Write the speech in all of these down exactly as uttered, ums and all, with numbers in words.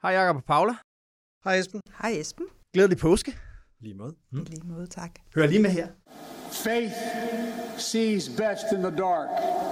Hej Jakob og Paula. Hej Esben. Hej Esben. Glædelig påske. Lige måde. Mm. Lige måde, tak. Hør lige med her. Faith sees best in the dark.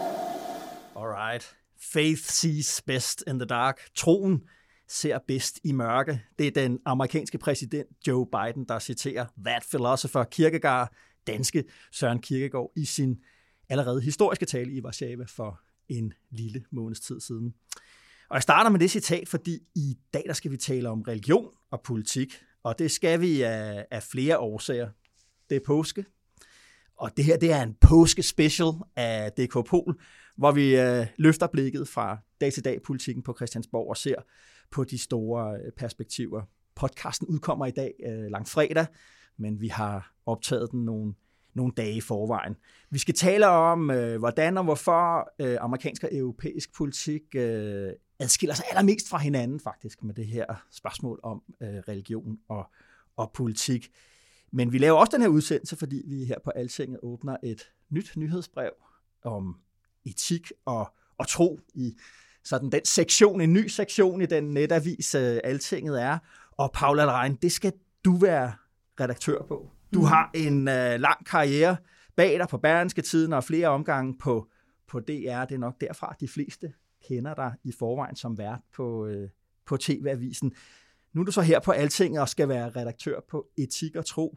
Alright. Faith sees best in the dark. Troen ser bedst i mørke. Det er den amerikanske præsident Joe Biden, der citerer that philosopher Kierkegaard, danske Søren Kierkegaard, i sin allerede historiske tale i Warszawa for en lille måneds tid siden. Og jeg starter med det citat, fordi i dag der skal vi tale om religion og politik, og det skal vi af, af flere årsager. Det er påske, og det her det er en påske-special af D K Pol, hvor vi øh, løfter blikket fra dag-til-dag-politikken på Christiansborg og ser på de store øh, perspektiver. Podcasten udkommer i dag øh, langfredag, men vi har optaget den nogle, nogle dage i forvejen. Vi skal tale om, øh, hvordan og hvorfor øh, amerikansk og europæisk politik øh, adskiller sig allermest fra hinanden faktisk med det her spørgsmål om øh, religion og, og politik. Men vi laver også den her udsendelse, fordi vi her på Altinget åbner et nyt nyhedsbrev om etik og, og tro i sådan den sektion, en ny sektion i den netavis, uh, Altinget er. Og Paula Lerein, det skal du være redaktør på. Du mm. har en uh, lang karriere bag dig på Berlingske Tidende og flere omgange på, på D R. Det er nok derfra, de fleste kender dig i forvejen som vært på, uh, på T V-avisen. Nu er du så her på Altinget og skal være redaktør på etik og tro.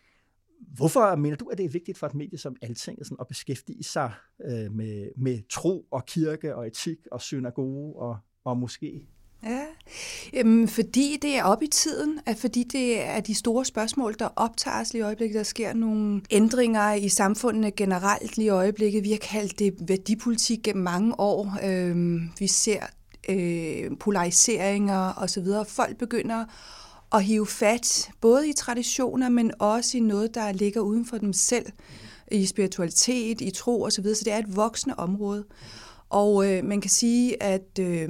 Hvorfor mener du, at det er vigtigt for et medie som Altinget sådan, at beskæftige sig øh, med, med tro og kirke og etik og synagoge og, og moské? Ja, øhm, fordi det er op i tiden, at fordi det er de store spørgsmål, der optager os lige i øjeblikket. Der sker nogle ændringer i samfundet generelt lige i øjeblikket. Vi har kaldt det værdipolitik gennem mange år. Øhm, vi ser øh, polariseringer osv. Folk begynder at hive fat, både i traditioner, men også i noget, der ligger uden for dem selv, i spiritualitet, i tro osv., så det er et voksende område. Og øh, man kan sige, at, øh,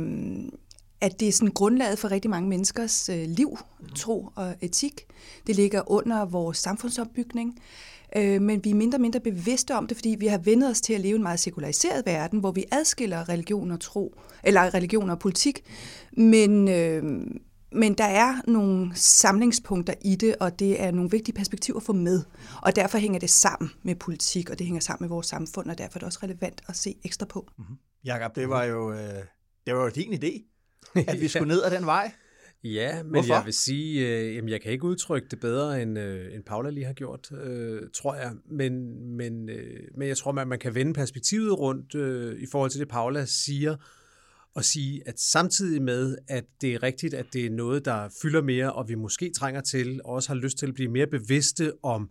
at det er sådan grundlaget for rigtig mange menneskers øh, liv, tro og etik. Det ligger under vores samfundsopbygning, øh, men vi er mindre og mindre bevidste om det, fordi vi har vendt os til at leve i en meget sekulariseret verden, hvor vi adskiller religion og tro, eller religion og politik, men øh, Men der er nogle samlingspunkter i det, og det er nogle vigtige perspektiver at få med. Og derfor hænger det sammen med politik, og det hænger sammen med vores samfund, og derfor er det også relevant at se ekstra på. Mm-hmm. Jakob, det var jo øh, det var jo din idé, at vi skulle ned ad den vej. Ja, men Hvorfor? jeg vil sige, øh, jamen jeg kan ikke udtrykke det bedre, end, øh, end Paula lige har gjort, øh, tror jeg. Men, men, øh, men jeg tror, at man kan vende perspektivet rundt øh, i forhold til det, Paula siger, og sige, at samtidig med, at det er rigtigt, at det er noget, der fylder mere, og vi måske trænger til, og også har lyst til at blive mere bevidste om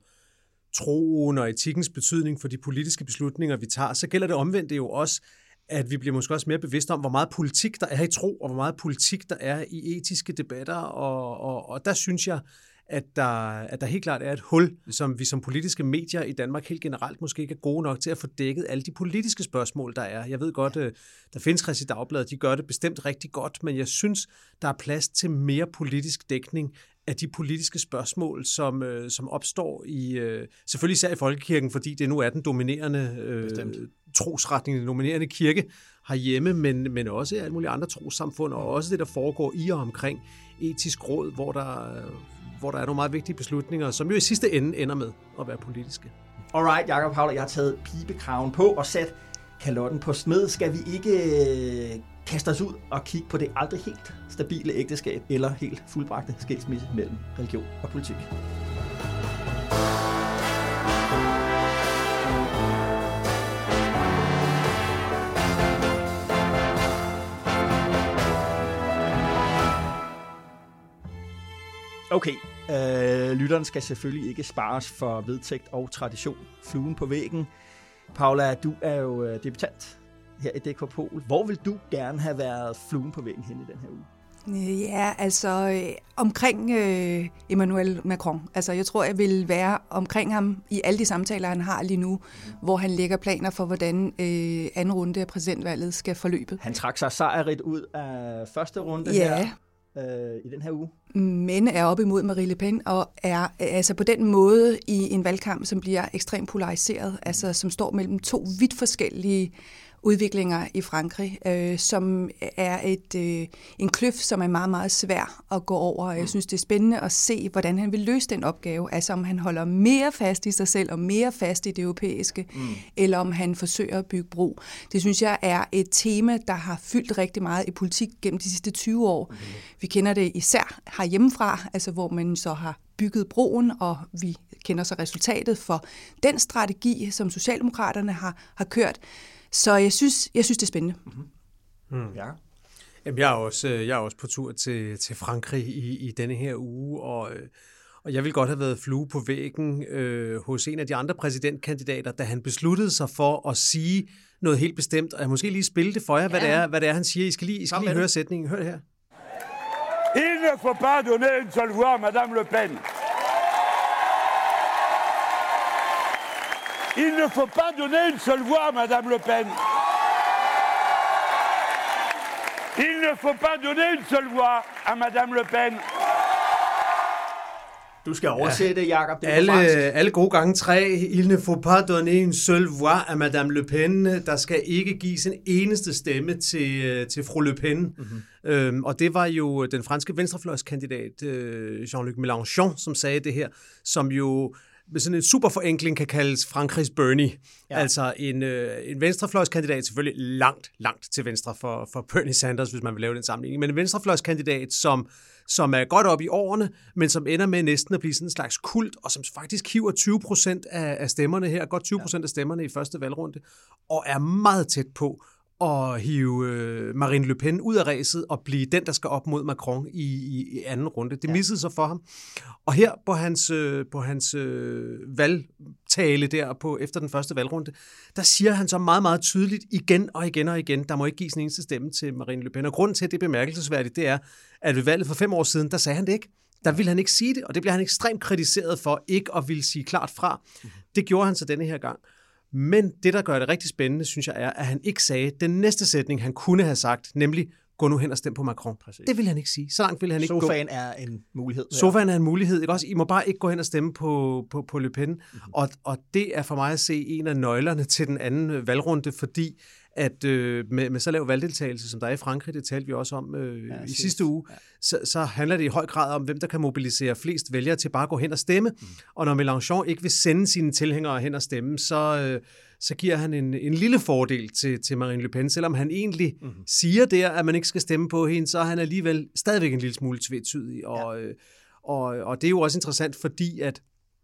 troen og etikkens betydning for de politiske beslutninger, vi tager, så gælder det omvendt jo også, at vi bliver måske også mere bevidste om, hvor meget politik der er i tro, og hvor meget politik der er i etiske debatter, og, og, og der synes jeg, at der, at der helt klart er et hul, som vi som politiske medier i Danmark helt generelt måske ikke er gode nok til at få dækket alle de politiske spørgsmål, der er. Jeg ved godt, der findes Kristeligt Dagblad, de gør det bestemt rigtig godt, men jeg synes, der er plads til mere politisk dækning af de politiske spørgsmål, som, som opstår i, selvfølgelig især i folkekirken, fordi det nu er den dominerende øh, trosretning, den dominerende kirke herhjemme, men, men også i alle mulige andre trossamfund, og også det, der foregår i og omkring etisk råd, hvor der hvor der er nogle meget vigtige beslutninger, som jo i sidste ende ender med at være politiske. Alright, Jakob Paula, jeg har taget pibekraven på og sat kalotten på smed. Skal vi ikke kaste os ud og kigge på det aldrig helt stabile ægteskab eller helt fuldbragte skilsmisse mellem religion og politik? Okay, øh, lytteren skal selvfølgelig ikke spares for vedtægt og tradition. Fluen på væggen. Paula, du er jo debutant her i D K Pol. Hvor vil du gerne have været fluen på væggen hen i den her uge? Ja, altså øh, omkring øh, Emmanuel Macron. Altså jeg tror, jeg vil være omkring ham i alle de samtaler, han har lige nu, hvor han lægger planer for, hvordan øh, anden runde af præsidentvalget skal forløbe. Han trak sig sejrigt ud af første runde ja. her. i den her uge. Men er op imod Marie Le Pen og er altså på den måde i en valgkamp, som bliver ekstremt polariseret, altså som står mellem to vidt forskellige udviklinger i Frankrig, øh, som er et, øh, en kløft, som er meget, meget svær at gå over. Jeg synes, det er spændende at se, hvordan han vil løse den opgave. Altså om han holder mere fast i sig selv og mere fast i det europæiske, mm. eller om han forsøger at bygge bro. Det synes jeg er et tema, der har fyldt rigtig meget i politik gennem de sidste tyve år. Mm. Vi kender det især herhjemmefra, altså hvor man så har bygget broen, og vi kender så resultatet for den strategi, som Socialdemokraterne har, har kørt. Så jeg synes, jeg synes det er spændende. Mm-hmm. Mm. Ja. Jamen, jeg er også, jeg er også på tur til, til Frankrig i, i denne her uge, og, og jeg vil godt have været flue på væggen øh, hos en af de andre præsidentkandidater, da han besluttede sig for at sige noget helt bestemt, og jeg måske lige spille det for jer, ja. hvad, det er, hvad det er, han siger. I skal lige, I skal lige høre sætningen. Hør det her. Il ne faut pas donner une seule voix à Madame Le Pen. Il ne faut pas donner une seule voix à Madame Le Pen. Il ne faut pas donner une seule voix à Madame Le Pen. Du skal oversætte, ja. Jacob. Det er alle, alle gode gange tre. Il ne faut pas donner une seule voix à Madame Le Pen. Der skal ikke gives en eneste stemme til, til fru Le Pen. Mm-hmm. Øhm, og det var jo den franske venstrefløjskandidat Jean-Luc Mélenchon, som sagde det her, som jo med sådan en super forenkling kan kaldes Frankrigs Bernie. Ja. Altså en, øh, en venstrefløjskandidat, selvfølgelig langt, langt til venstre for, for Bernie Sanders, hvis man vil lave den sammenligning, men en venstrefløjskandidat, som, som er godt op i årene, men som ender med næsten at blive sådan en slags kult, og som faktisk hiver tyve procent af, af stemmerne her, godt tyve procent ja. af stemmerne i første valgrunde, og er meget tæt på at hive øh, Marine Le Pen ud af ræset og blive den, der skal op mod Macron i, i, i anden runde. Det ja. missede så for ham. Og her på hans, øh, på hans øh, valgtale der på, efter den første valgrunde, der siger han så meget, meget tydeligt igen og igen og igen, der må ikke gives en eneste stemme til Marine Le Pen. Og grunden til, at det er bemærkelsesværdigt, det er, at ved valget for fem år siden, der sagde han det ikke. Der ville han ikke sige det, og det blev han ekstremt kritiseret for ikke at ville sige klart fra. Mm-hmm. Det gjorde han så denne her gang. Men det, der gør det rigtig spændende, synes jeg, er, at han ikke sagde den næste sætning, han kunne have sagt, nemlig, gå nu hen og stem på Macron. Præcis. Det vil han ikke sige. Så langt vil han ikke Sofaen gå. Sofaen er en mulighed. Sofaen er en mulighed. Ikke også? I må bare ikke gå hen og stemme på, på, på Le Pen. Mm-hmm. Og, og det er for mig at se en af nøglerne til den anden valgrunde, fordi at øh, med, med så lav valgdeltagelse, som der er i Frankrig, det talte vi også om øh, ja, i sidste, sidste uge, ja. så, så handler det i høj grad om, hvem der kan mobilisere flest vælgere til bare at gå hen og stemme. Mm. Og når Mélenchon ikke vil sende sine tilhængere hen og stemme, så, øh, så giver han en, en lille fordel til, til Marine Le Pen. Selvom han egentlig mm. siger der, at man ikke skal stemme på hende, så er han alligevel stadigvæk en lille smule tvetydig. Og, ja. øh, og, og det er jo også interessant, fordi at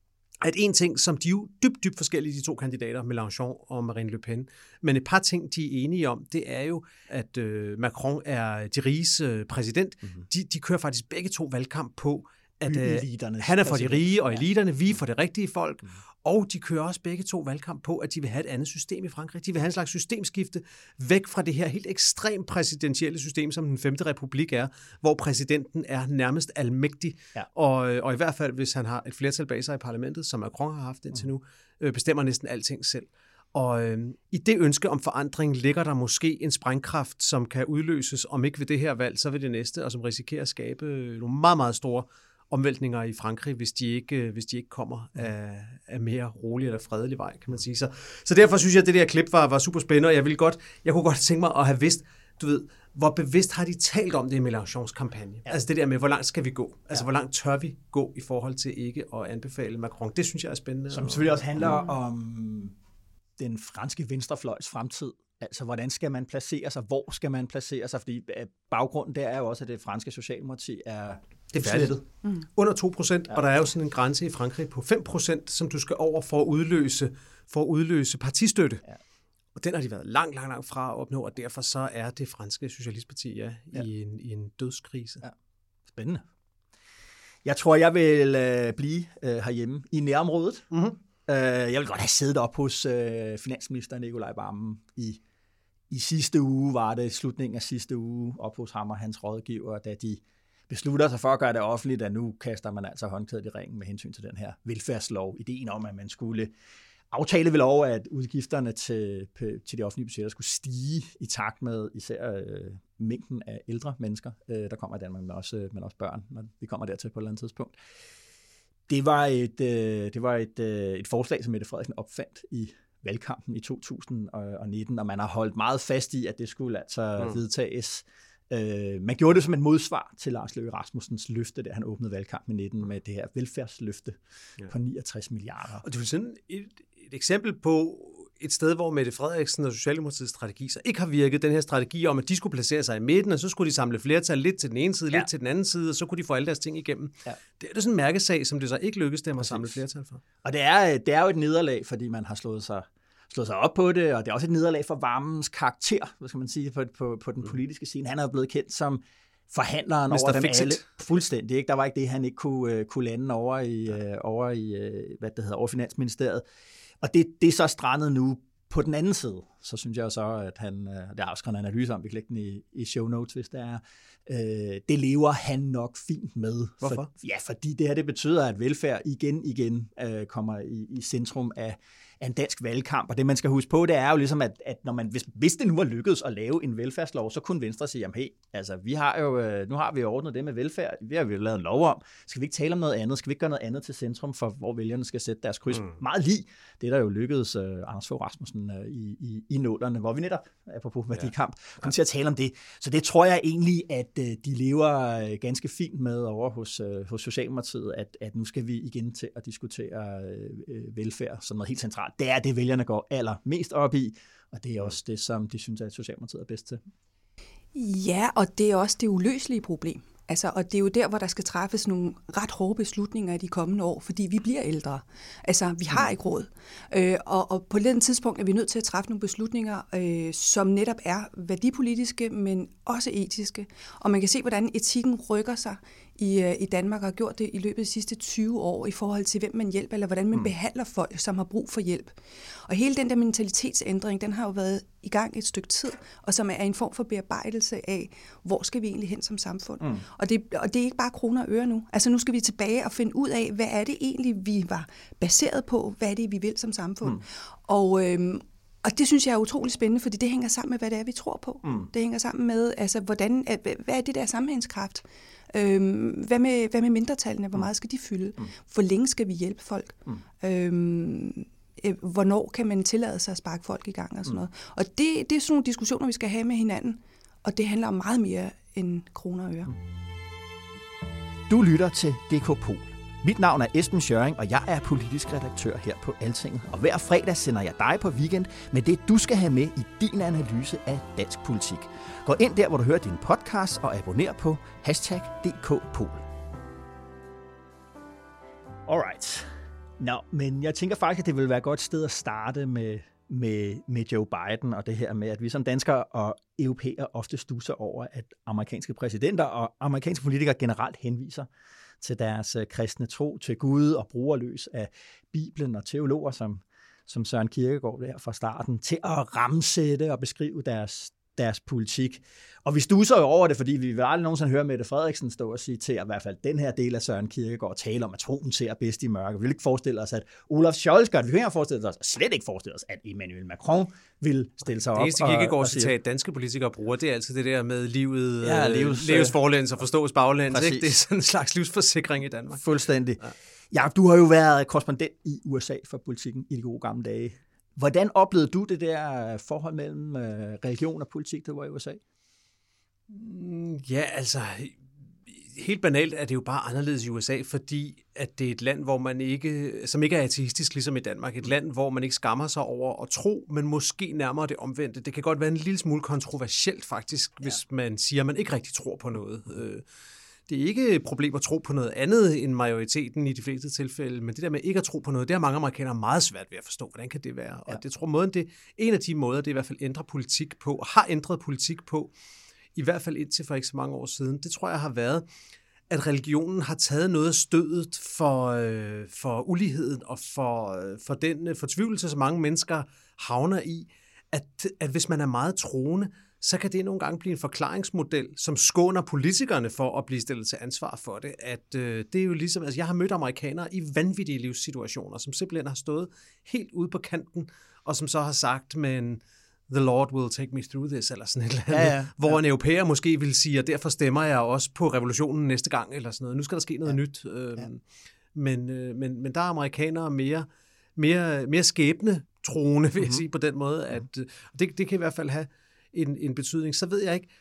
at en ting, som de er jo dybt, dybt forskellige, de to kandidater, Mélenchon og Marine Le Pen, men et par ting, de er enige om, det er jo, at øh, Macron er de riges øh, præsident. Mm-hmm. De, de kører faktisk begge to valgkamp på, at øh, han er for de rige og eliterne, vi er for det rigtige folk, mm-hmm. og de kører også begge to valgkamp på, at de vil have et andet system i Frankrig. De vil have en slags systemskifte væk fra det her helt ekstremt præsidentielle system, som den femte republik er, hvor præsidenten er nærmest almægtig, ja. og, og i hvert fald, hvis han har et flertal bag sig i parlamentet, som Macron har haft indtil nu, øh, bestemmer næsten alting selv. Og øh, i det ønske om forandring ligger der måske en sprængkraft, som kan udløses, om ikke ved det her valg, så ved det næste, og som risikerer at skabe nogle meget, meget store omvæltninger i Frankrig, hvis de ikke, hvis de ikke kommer af, af mere rolig eller fredelig vej, kan man sige. Så, så derfor synes jeg, at det der klip var, var super spændende, og jeg, ville godt, jeg kunne godt tænke mig at have vidst, du ved, hvor bevidst har de talt om det i Mélenchons kampagne? Ja. Altså det der med, hvor langt skal vi gå? Altså ja. hvor langt tør vi gå i forhold til ikke at anbefale Macron? Det synes jeg er spændende. Som selvfølgelig også handler mm. om den franske venstrefløjs fremtid. Altså, hvordan skal man placere sig? Hvor skal man placere sig? Fordi baggrunden der er jo også, at det franske socialdemokrati er det er færdigt. Mm. Under to procent, ja. Og der er jo sådan en grænse i Frankrig på fem procent, som du skal over for at udløse, for at udløse partistøtte. Ja. Og den har de været langt, langt, langt fra at opnå, og derfor så er det franske socialistparti ja, ja. I, en, i en dødskrise. Ja. Spændende. Jeg tror, jeg vil øh, blive øh, herhjemme i nærområdet. Mm-hmm. Øh, jeg vil godt have siddet op hos øh, finansminister Nicolai Wammen i I sidste uge, var det slutningen af sidste uge, op hos ham og hans rådgiver, da de beslutter sig for at gøre det offentligt, at nu kaster man altså håndklædet i ringen med hensyn til den her velfærdslov. Ideen om, at man skulle aftale ved lov, at udgifterne til, til de offentlige budgetter skulle stige i takt med især øh, mængden af ældre mennesker, øh, der kommer i Danmark, men også, men også børn, når vi kommer dertil på et eller andet tidspunkt. Det var et, øh, det var et, øh, et forslag, som Mette Frederiksen opfandt i valgkampen i to tusind nitten, og man har holdt meget fast i, at det skulle altså mm. vedtages. Øh, man gjorde det som et modsvar til Lars Løkke Rasmussens løfte, da han åbnede valgkampen i nitten med det her velfærdsløfte ja. på niogtres milliarder. Og det er sådan et, et eksempel på et sted, hvor Mette Frederiksen og Socialdemokratiets strategi så ikke har virket. Den her strategi om, at de skulle placere sig i midten, og så skulle de samle flertal lidt til den ene side, ja. lidt til den anden side, og så kunne de få alle deres ting igennem. Ja. Det er sådan en mærkesag, som det så ikke lykkedes dem at samle flertal for. Og det er, det er jo et nederlag, fordi man har slået sig slået sig op på det, og det er også et nederlag for Wammens karakter, hvad skal man sige, på, på, på den politiske scene. Han er jo blevet kendt som forhandleren mister over dem Fixit. alle. Fuldstændig, ikke? Der var ikke det, han ikke kunne, uh, kunne lande over i, uh, over i uh, hvad det hedder, over Finansministeriet. Og det, det er så strandet nu på den anden side. Så synes jeg så, at han, uh, der er også skrevet en analyse om, vi kan lægge den i, i show notes, hvis det er, uh, det lever han nok fint med. Hvorfor? For, ja, fordi det her, det betyder, at velfærd igen, igen uh, kommer i, i centrum af en dansk valgkamp, og det man skal huske på, det er jo ligesom, at, at når man, hvis, hvis det nu var lykkedes at lave en velfærdslov, så kunne Venstre sige, jamen hey, altså vi har jo, nu har vi jo ordnet det med velfærd, vi har jo lavet en lov om, skal vi ikke tale om noget andet, skal vi ikke gøre noget andet til centrum for, hvor vælgerne skal sætte deres kryds? Mm. Meget lige det, der jo lykkedes uh, Anders Fogh Rasmussen uh, i, i, i nullerne, hvor vi netop, apropos værdikamp, kom til at tale om det. Så det tror jeg egentlig, at uh, de lever uh, ganske fint med over hos, uh, hos Socialdemokratiet, at, at nu skal vi igen til at diskutere uh, velfærd som noget helt centralt. Det er det, vælgerne går allermest op i, og det er også det, som de synes, at Socialdemokratiet er bedst til. Ja, og det er også det uløselige problem. Altså, og det er jo der, hvor der skal træffes nogle ret hårde beslutninger i de kommende år, fordi vi bliver ældre. Altså, vi har ikke råd. Øh, og, og på det tidspunkt er vi nødt til at træffe nogle beslutninger, øh, som netop er værdipolitiske, men også etiske. Og man kan se, hvordan etikken rykker sig i, øh, i Danmark og har gjort det i løbet af de sidste tyve år i forhold til, hvem man hjælper, eller hvordan man mm. behandler folk, som har brug for hjælp. Og hele den der mentalitetsændring, den har jo været i gang et stykke tid, og som er en form for bearbejdelse af, hvor skal vi egentlig hen som samfund. Mm. Og, det, og det er ikke bare kroner og øre nu. Altså nu skal vi tilbage og finde ud af, hvad er det egentlig, vi var baseret på, hvad er det, vi vil som samfund. Mm. Og, øhm, og det synes jeg er utrolig spændende, fordi det hænger sammen med, hvad det er, vi tror på. Mm. Det hænger sammen med, altså, hvordan, hvad er det der sammenhængskraft? Øhm, hvad, med, hvad med mindretallene? Hvor meget skal de fylde? Mm. Hvor længe skal vi hjælpe folk? Mm. Øhm, hvornår kan man tillade sig at sparke folk i gang og sådan noget. Og det, det er sådan nogle diskussioner, vi skal have med hinanden, og det handler om meget mere end kroner og øre. Du lytter til D K Pol. Mit navn er Esben Schøring, og jeg er politisk redaktør her på Altinget. Og hver fredag sender jeg dig på weekend med det, du skal have med i din analyse af dansk politik. Gå ind der, hvor du hører din podcast, og abonner på hashtag D K Pol. Alright. Nå, men jeg tænker faktisk, at det vil være et godt sted at starte med, med, med Joe Biden og det her med, at vi som danskere og europæere ofte stusser over, at amerikanske præsidenter og amerikanske politikere generelt henviser til deres kristne tro, til Gud og bruger løs af Bibelen og teologer, som, som Søren Kierkegaard der fra starten, til at ramsætte og beskrive deres, deres politik. Og vi stusser jo over det, fordi vi vil aldrig nogensinde høre Mette Frederiksen stå og sige til, at i hvert fald den her del af Søren Kierkegaard tale om, at troen ser bedst i mørke. Vi vil ikke forestille os, at Olaf Scholz gør det. Vi kan ikke forestille os, slet ikke forestille os, at Emmanuel Macron vil stille sig op. Det eneste Kierkegaard-citat, danske politikere bruger, det er altid det der med livet, ja, livs, livs forlæns og forstås baglæns. Ikke? Det er sådan en slags livsforsikring i Danmark. Fuldstændig. Ja. Ja, du har jo været korrespondent i U S A for politikken i de gode gamle dage. Hvordan oplevede du det der forhold mellem religion og politik, der var i U S A? Ja, altså, helt banalt er det jo bare anderledes i U S A, fordi at det er et land, hvor man ikke, som ikke er ateistisk, ligesom i Danmark. Et land, hvor man ikke skammer sig over at tro, men måske nærmere det omvendte. Det kan godt være en lille smule kontroversielt faktisk, ja. Hvis man siger, at man ikke rigtig tror på noget. Det er ikke et problem at tro på noget andet end majoriteten i de fleste tilfælde, men det der med ikke at tro på noget, det har mange amerikanere meget svært ved at forstå. Hvordan kan det være? Ja. Og det tror måden, det en af de måder, det i hvert fald ændrer politik på, og har ændret politik på, i hvert fald indtil for ikke så mange år siden, det tror jeg har været, at religionen har taget noget af stødet for, øh, for uligheden og for, øh, for den fortvivlelse, som mange mennesker havner i, at, at hvis man er meget troende, så kan det nogle gange blive en forklaringsmodel, som skåner politikerne for at blive stillet til ansvar for det. At øh, det er jo ligesom, altså jeg har mødt amerikanere i vanvittige livssituationer, som simpelthen har stået helt ude på kanten, og som så har sagt, men the Lord will take me through this, eller sådan et eller andet, ja, ja, hvor ja. En europæer måske vil sige, og derfor stemmer jeg også på revolutionen næste gang, eller sådan noget. Nu skal der ske noget ja. nyt. Øh, ja. men, øh, men, men der er amerikanere mere, mere, mere skæbne troende, vil jeg Mhm. sige på den måde, at øh, det, det kan i hvert fald have en, en betydning. Så ved jeg ikke,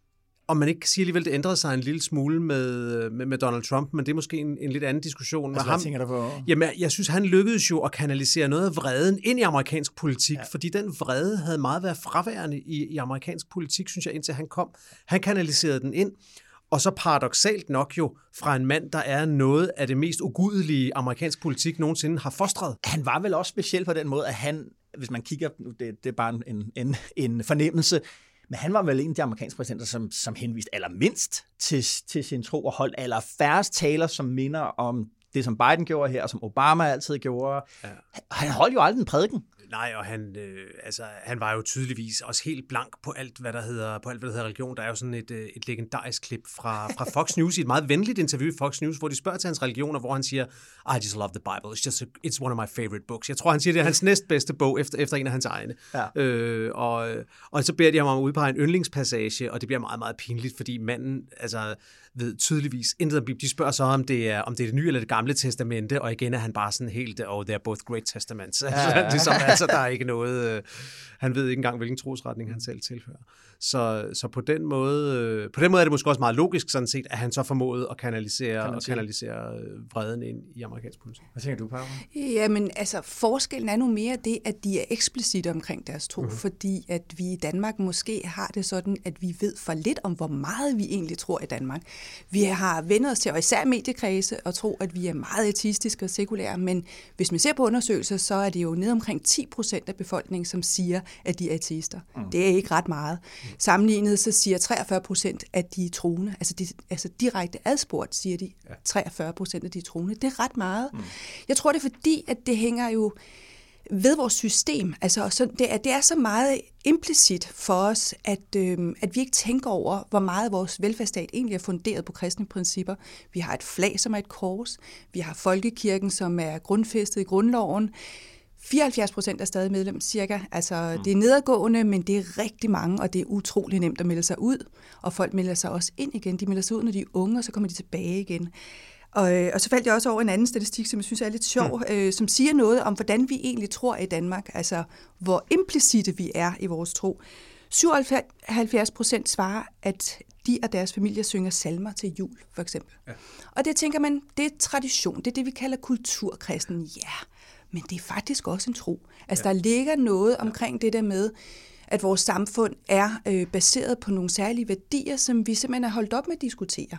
om man ikke kan sige alligevel, det ændrede sig en lille smule med, med, med Donald Trump, men det er måske en, en lidt anden diskussion. Altså, med ham. hvad tænker du på? Jamen, jeg synes, han lykkedes jo at kanalisere noget af vreden ind i amerikansk politik, Ja. ja. fordi den vrede havde meget været fraværende i, i amerikansk politik, synes jeg, indtil han kom. Han kanaliserede den ind, og så paradoksalt nok jo fra en mand, der er noget af det mest ugudelige amerikansk politik nogensinde har fostret. Han var vel også speciel på den måde, at han, hvis man kigger, nu det, det er bare en, en, en fornemmelse, men han var vel en af de amerikanske præsidenter, som, som henviste allermindst til, til sin tro og holdt allerfærrest taler, som minder om det, som Biden gjorde her, og som Obama altid gjorde. Ja. Han holdt jo aldrig en prædiken. Nej, og han, øh, altså, han var jo tydeligvis også helt blank på alt, hvad der hedder, på alt, hvad der hedder religion. Der er jo sådan et, øh, et legendarisk klip fra, fra Fox News, i et meget venligt interview i Fox News, hvor de spørger til hans religion, og hvor han siger, I just love the Bible, it's just a, it's one of my favorite books. Jeg tror, han siger, det er hans næstbedste bog, efter, efter en af hans egne. Ja. Øh, og, og så beder de ham om at udpege en yndlingspassage, og det bliver meget, meget pinligt, fordi manden, altså, ved tydeligvis intet om Bibelen. De spørger så, om det, er, om det er det nye eller det gamle testamente, og igen er han bare sådan helt, oh, they're both great testaments. Ja, ja. Det er som, altså, der er ikke noget, øh, han ved ikke engang, hvilken trosretning han selv tilhører. Så, så på, den måde, øh, på den måde er det måske også meget logisk, sådan set, at han så formåede at kanalisere, og kanalisere vreden ind i amerikansk politik. Hvad tænker du, Paula? Jamen, altså, forskellen er nu mere det, at de er eksplicite omkring deres tro, mm-hmm. fordi at vi i Danmark måske har det sådan, at vi ved for lidt om, hvor meget vi egentlig tror i Danmark. Vi har vendt os til, og især mediekredse, at tro, at vi er meget ateistiske og sekulære, men hvis man ser på undersøgelser, så er det jo ned omkring ti procent af befolkningen, som siger, at de er ateister. Mm. Det er ikke ret meget. Mm. Sammenlignet så siger treogfyrre procent, at de er troende. Altså, de, altså direkte adspurgt siger de treogfyrre procent af de er troende. Det er ret meget. Mm. Jeg tror, det er fordi, at det hænger jo ved vores system. Altså, så det, er, det er så meget implicit for os, at, øhm, at vi ikke tænker over, hvor meget vores velfærdsstat egentlig er funderet på kristne principper. Vi har et flag, som er et kors. Vi har folkekirken, som er grundfæstet i grundloven. fireoghalvfjerds procent er stadig medlem, cirka. Altså, mm. det er nedadgående, men det er rigtig mange, og det er utrolig nemt at melde sig ud. Og folk melder sig også ind igen. De melder sig ud, når de er unge, og så kommer de tilbage igen. Og, og så faldt jeg også over en anden statistik, som jeg synes er lidt sjov, mm. øh, som siger noget om, hvordan vi egentlig tror i Danmark, altså hvor implicite vi er i vores tro. syvoghalvfjerds procent svarer, at de og deres familier synger salmer til jul, for eksempel. Ja. Og det tænker man, det er tradition, det er det, vi kalder kulturkristen. Ja, men det er faktisk også en tro. Altså ja. Der ligger noget omkring ja. det der med, at vores samfund er øh, baseret på nogle særlige værdier, som vi simpelthen har holdt op med at diskutere.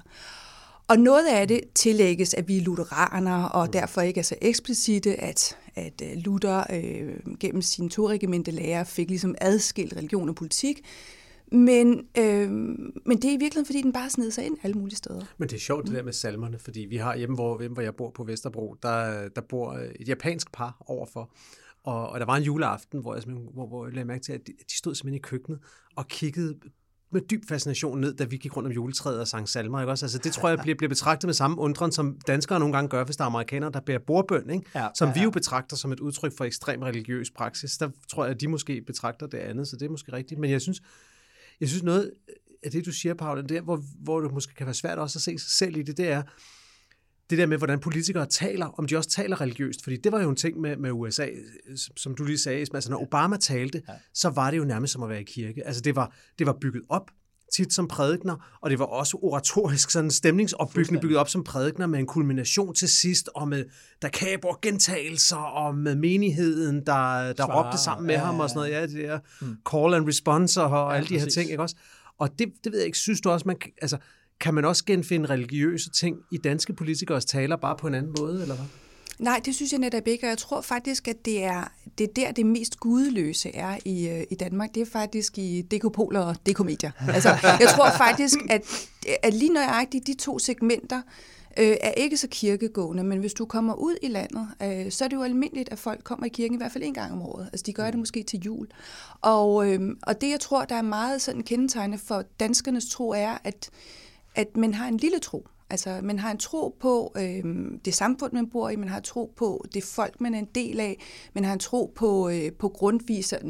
Og noget af det tillægges, at vi er lutheraner, og derfor ikke er så eksplicite, at, at Luther øh, gennem sine to regimente lærer fik ligesom adskilt religion og politik. Men, øh, men det er i virkeligheden, fordi den bare sned sig ind alle mulige steder. Men det er sjovt det der med salmerne, fordi vi har hjemme, hvor, hjemme, hvor jeg bor på Vesterbro, der, der bor et japansk par overfor. Og, og der var en juleaften, hvor jeg, hvor, hvor jeg lagde mærke til, at de, de stod simpelthen i køkkenet og kiggede med dyb fascination ned, da vi gik rundt om juletræet og sang salmer. Ikke også? Altså, det tror jeg bliver, bliver betragtet med samme undren, som danskere nogle gange gør, hvis der er amerikanere, der bærer bordbøn, ikke? Ja, som ja, ja. vi jo betragter som et udtryk for ekstrem religiøs praksis. Der tror jeg, at de måske betragter det andet, så det er måske rigtigt. Men jeg synes, jeg synes noget af det, du siger, Paula, der, hvor, hvor det måske kan være svært også at se sig selv i det, det er det der med, hvordan politikere taler, om de også taler religiøst. Fordi det var jo en ting med, med U S A, som du lige sagde. Altså, når Obama talte, ja. så var det jo nærmest som at være i kirke. Altså, det var, det var bygget op tit som prædikner, og det var også oratorisk, sådan stemningsopbyggende bygget op som prædikner med en kulmination til sidst, og med der kaber gentagelser, og med menigheden, der, der råbte sammen med ja, ham, og sådan noget. Ja, det der hmm. call and response, og ja, alle de her præcis. ting, ikke også? Og det, det ved jeg ikke, synes du også, man altså, kan man også genfinde religiøse ting i danske politikers taler, bare på en anden måde, eller hvad? Nej, det synes jeg netop ikke, og jeg tror faktisk, at det er, det er der, det mest gudeløse er i, i Danmark. Det er faktisk i dekopoler og dekomedier. Altså, jeg tror faktisk, at, at lige nøjagtigt de to segmenter øh, er ikke så kirkegående, men hvis du kommer ud i landet, øh, så er det jo almindeligt, at folk kommer i kirken i hvert fald en gang om året. Altså, de gør det måske til jul. Og, øh, og det, jeg tror, der er meget sådan kendetegnende for danskernes tro, er, at, at man har en lille tro. Altså, man har en tro på øh, det samfund, man bor i, man har en tro på det folk, man er en del af, man har en tro på, øh, på grundvis sådan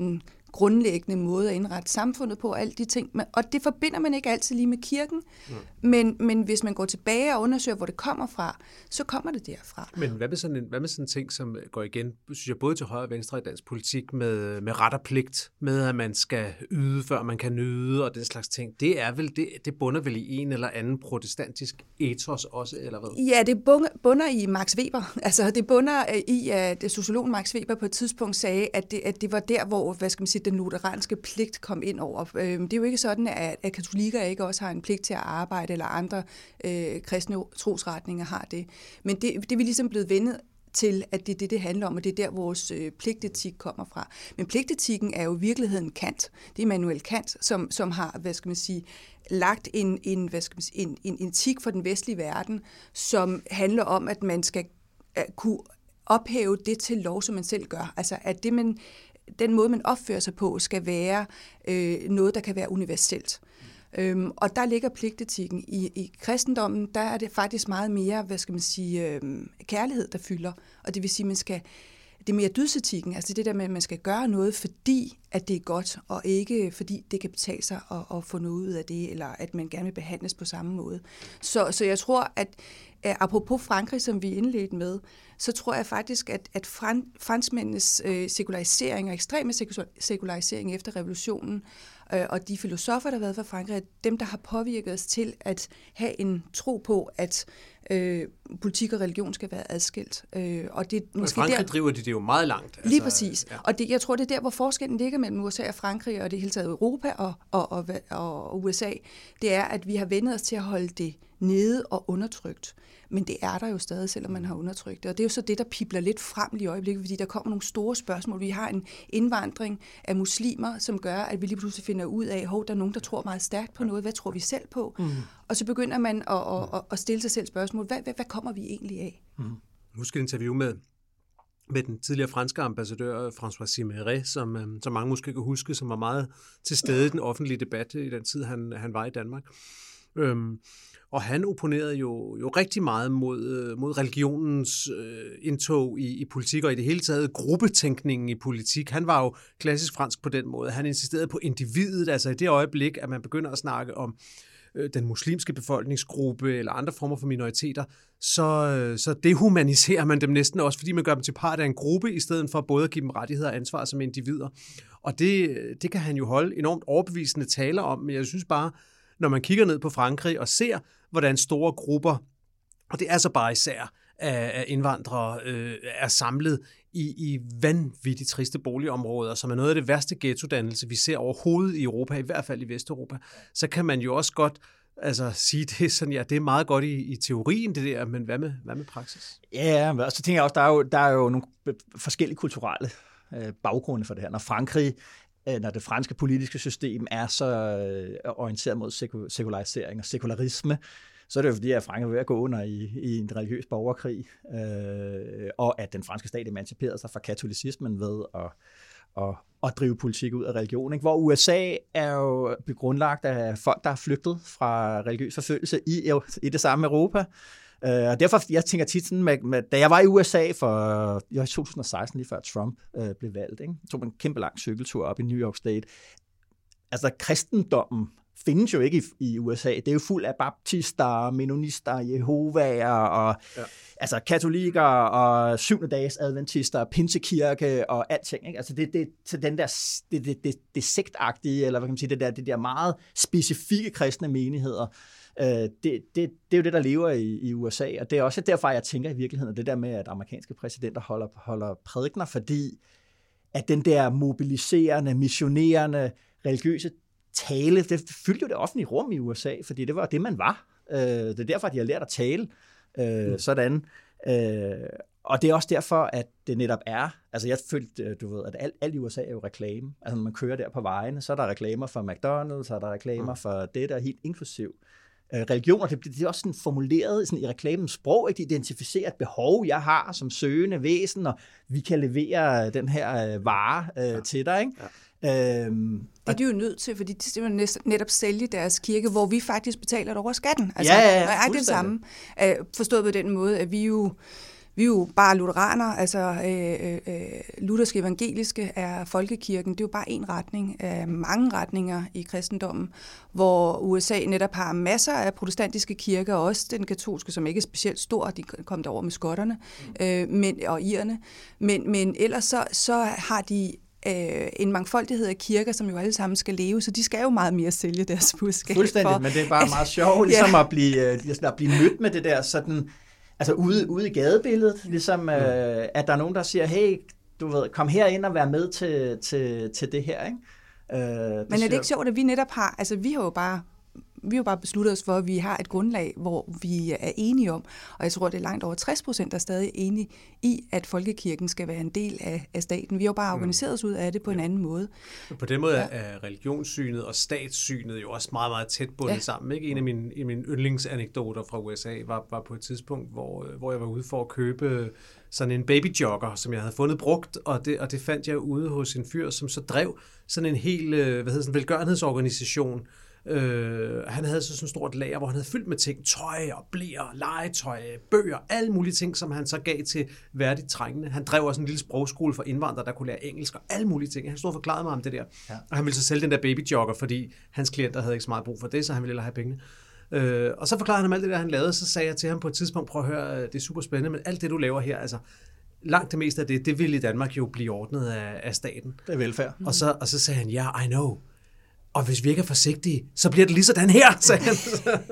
grundlæggende måde at indrette samfundet på, alle de ting. Og det forbinder man ikke altid lige med kirken, mm. men, men hvis man går tilbage og undersøger, hvor det kommer fra, så kommer det derfra. Men hvad med sådan en, hvad med sådan en ting, som går igen, synes jeg, både til højre og venstre i dansk politik, med, med ret og pligt, med at man skal yde, før man kan nyde, og den slags ting. Det er vel, det, det bunder vel i en eller anden protestantisk ethos også, eller hvad? Ja, det bunder i Max Weber. Altså, det bunder i, at sociologen Max Weber på et tidspunkt sagde, at det, at det var der, hvor, hvad skal man sige, den lutheranske pligt kom ind over. Det er jo ikke sådan, at, at katolikker ikke også har en pligt til at arbejde, eller andre øh, kristne trosretninger har det. Men det, det er vi ligesom blevet vendet til, at det er det, det handler om, og det er der, vores øh, pligtetik kommer fra. Men pligtetikken er jo i virkeligheden Kant. Det er Immanuel Kant, som, som har, hvad skal man sige, lagt en, en, hvad skal man sige, en, en etik for den vestlige verden, som handler om, at man skal uh, kunne ophæve det til lov, som man selv gør. Altså, at det, man, den måde, man opfører sig på, skal være øh, noget, der kan være universelt. Øhm, og der ligger pligtetikken. I, i kristendommen, der er det faktisk meget mere, hvad skal man sige, øhm, kærlighed, der fylder. Og det vil sige, man skal, det er mere dydsetikken, altså det der med, at man skal gøre noget, fordi at det er godt, og ikke fordi det kan betale sig at, at få noget ud af det, eller at man gerne vil behandles på samme måde. Så, så jeg tror, at apropos Frankrig, som vi indledte med, så tror jeg faktisk, at, at fran, franskmændenes øh, sekularisering og ekstreme sekularisering efter revolutionen, øh, og de filosofer, der har været fra Frankrig, er dem, der har påvirket os til at have en tro på, at øh, politik og religion skal være adskilt. Øh, og det er måske Frankrig der, driver de det jo meget langt. Altså, lige præcis. Ja. Og det, jeg tror, det er der, hvor forskellen ligger mellem U S A og Frankrig, og det hele taget Europa og, og, og, og U S A, det er, at vi har vendt os til at holde det nede og undertrykt. Men det er der jo stadig, selvom man har undertrykt det. Og det er jo så det, der pibler lidt frem i øjeblikket, fordi der kommer nogle store spørgsmål. Vi har en indvandring af muslimer, som gør, at vi lige pludselig finder ud af, at der er nogen, der tror meget stærkt på noget. Hvad tror vi selv på? Mm. Og så begynder man at, at, at stille sig selv spørgsmål. Hvad, hvad, hvad kommer vi egentlig af? Mm. Husk et interview med, med den tidligere franske ambassadør, François Siméret, som, som mange måske kan huske, som var meget til stede i den offentlige debat i den tid, han, han var i Danmark. Øhm, Og han opponerede jo, jo rigtig meget mod, mod religionens øh, indtog i, i politik, og i det hele taget gruppetænkningen i politik. Han var jo klassisk fransk på den måde. Han insisterede på individet, altså i det øjeblik, at man begynder at snakke om øh, den muslimske befolkningsgruppe eller andre former for minoriteter, så, øh, så dehumaniserer man dem næsten også, fordi man gør dem til part af en gruppe, i stedet for både at give dem rettigheder og ansvar som individer. Og det, det kan han jo holde enormt overbevisende taler om, men jeg synes bare, når man kigger ned på Frankrig og ser, hvordan store grupper, og det er så bare især af indvandrere, øh, er samlet i, i vanvittigt triste boligområder, som er noget af det værste ghettodannelse, vi ser overhovedet i Europa, i hvert fald i Vesteuropa, så kan man jo også godt altså, sige, det er, sådan, ja, det er meget godt i, i teorien, det der, men hvad med, hvad med praksis? Ja, og så tænker jeg også, der er jo, der er jo nogle forskellige kulturelle øh, baggrunde for det her. Når Frankrig når det franske politiske system er så orienteret mod sekularisering og sekularisme, så er det jo fordi, at Frankrig er ved at gå under i, i en religiøs borgerkrig, øh, og at den franske stat emanciperede sig fra katolicismen ved at, at, at drive politik ud af religion. Ikke? Hvor U S A er jo grundlagt af folk, der er flygtet fra religiøs forfølgelse i, i det samme Europa. Uh, og derfor, jeg tænker tit sådan, med, med, da jeg var i U S A for i to tusind og seksten, lige før Trump uh, blev valgt, ikke? tog man en kæmpe lang cykeltur op i New York State. Altså, kristendommen findes jo ikke i, i U S A. Det er jo fuld af baptister, mennonister, jehovaer, og ja. altså katolikker, og syvende dages adventister, pinsekirke og alting. Ikke? Altså, det, det, så den der, det, det, det, det sektagtige, eller hvad kan man sige, det der, det der meget specifikke kristne menigheder, Det, det, det er jo det, der lever i, i U S A, og det er også derfor, jeg tænker i virkeligheden, det der med, at amerikanske præsidenter holder, holder prædikener, fordi at den der mobiliserende, missionerende, religiøse tale, det fyldte jo det offentlige rum i U S A, fordi det var det, man var. Det er derfor, at de har lært at tale mm. sådan. Og det er også derfor, at det netop er, altså jeg følte, du ved, at alt, alt i U S A er jo reklame. Altså når man kører der på vejene, så er der reklamer for McDonald's, så er der reklamer mm. for det, der er helt inklusiv. Religioner, det bliver også sådan formuleret sådan i reklamens sprog, ikke? De identificerer et behov, jeg har som søgende væsen, og vi kan levere den her vare øh, ja. til dig. Ikke? Ja. Øhm, det er de jo nødt til, fordi de skal netop sælge deres kirke, hvor vi faktisk betaler det over skatten. Altså, ja, ja, ja, er det samme. Forstået på den måde, at vi jo vi er jo bare lutheraner, altså øh, øh, lutherske evangeliske er folkekirken, det er jo bare en retning af mange retninger i kristendommen, hvor U S A netop har masser af protestantiske kirker, og også den katolske, som ikke er specielt stor, de kom derover med skotterne øh, men, og irerne, men, men ellers så, så har de en mangfoldighed af kirker, som jo alle sammen skal leve, så de skal jo meget mere sælge deres budskab. Fuldstændig, for, men det er bare meget sjovt, ligesom ja. at, blive, at blive mødt med det der sådan, altså ude, ude i gadebilledet, ligesom mm. øh, at der er nogen, der siger, hey, du ved, kom her ind og vær med til, til, til det her, ikke? Øh, det men er det ikke sjovt, at vi netop har, altså vi har jo bare Vi har jo bare besluttet os for, at vi har et grundlag, hvor vi er enige om, og jeg tror, det er langt over tres procent, der er stadig enige i, at folkekirken skal være en del af, af staten. Vi har jo bare organiseret os ud af det på en anden måde. På den måde ja. er religionssynet og statssynet jo også meget, meget tæt bundet ja. sammen. Ikke? En af mine, en af mine yndlingsanekdoter fra U S A var, var på et tidspunkt, hvor, hvor jeg var ude for at købe sådan en babyjogger, som jeg havde fundet brugt, og det, og det fandt jeg ude hos en fyr, som så drev sådan en hel hvad hedder sådan, velgørenhedsorganisation. Øh, han havde så sådan et stort lager, hvor han havde fyldt med ting, tøj og bleer, legetøj, bøger, alle mulige ting, som han så gav til værdigt trængende. Han drev også en lille sprogskole for indvandrere, der kunne lære engelsk og alle mulige ting. Han stod og forklarede mig om det der. Ja. Og han ville så sælge den der babyjogger, fordi hans klienter havde ikke så meget brug for det, så han ville hellere have pengene. Øh, og så forklarede han om alt det der, han lavede, så sagde jeg til ham på et tidspunkt, prøv at høre, det er super spændende, men alt det, du laver her, altså langt det meste af det, det vil i Danmark jo blive ordnet af, af staten. Det er velfærd. Og så, og så sagde han, ja, yeah, I know. Og hvis vi ikke er forsigtige, så bliver det lige sådan her, sagde han.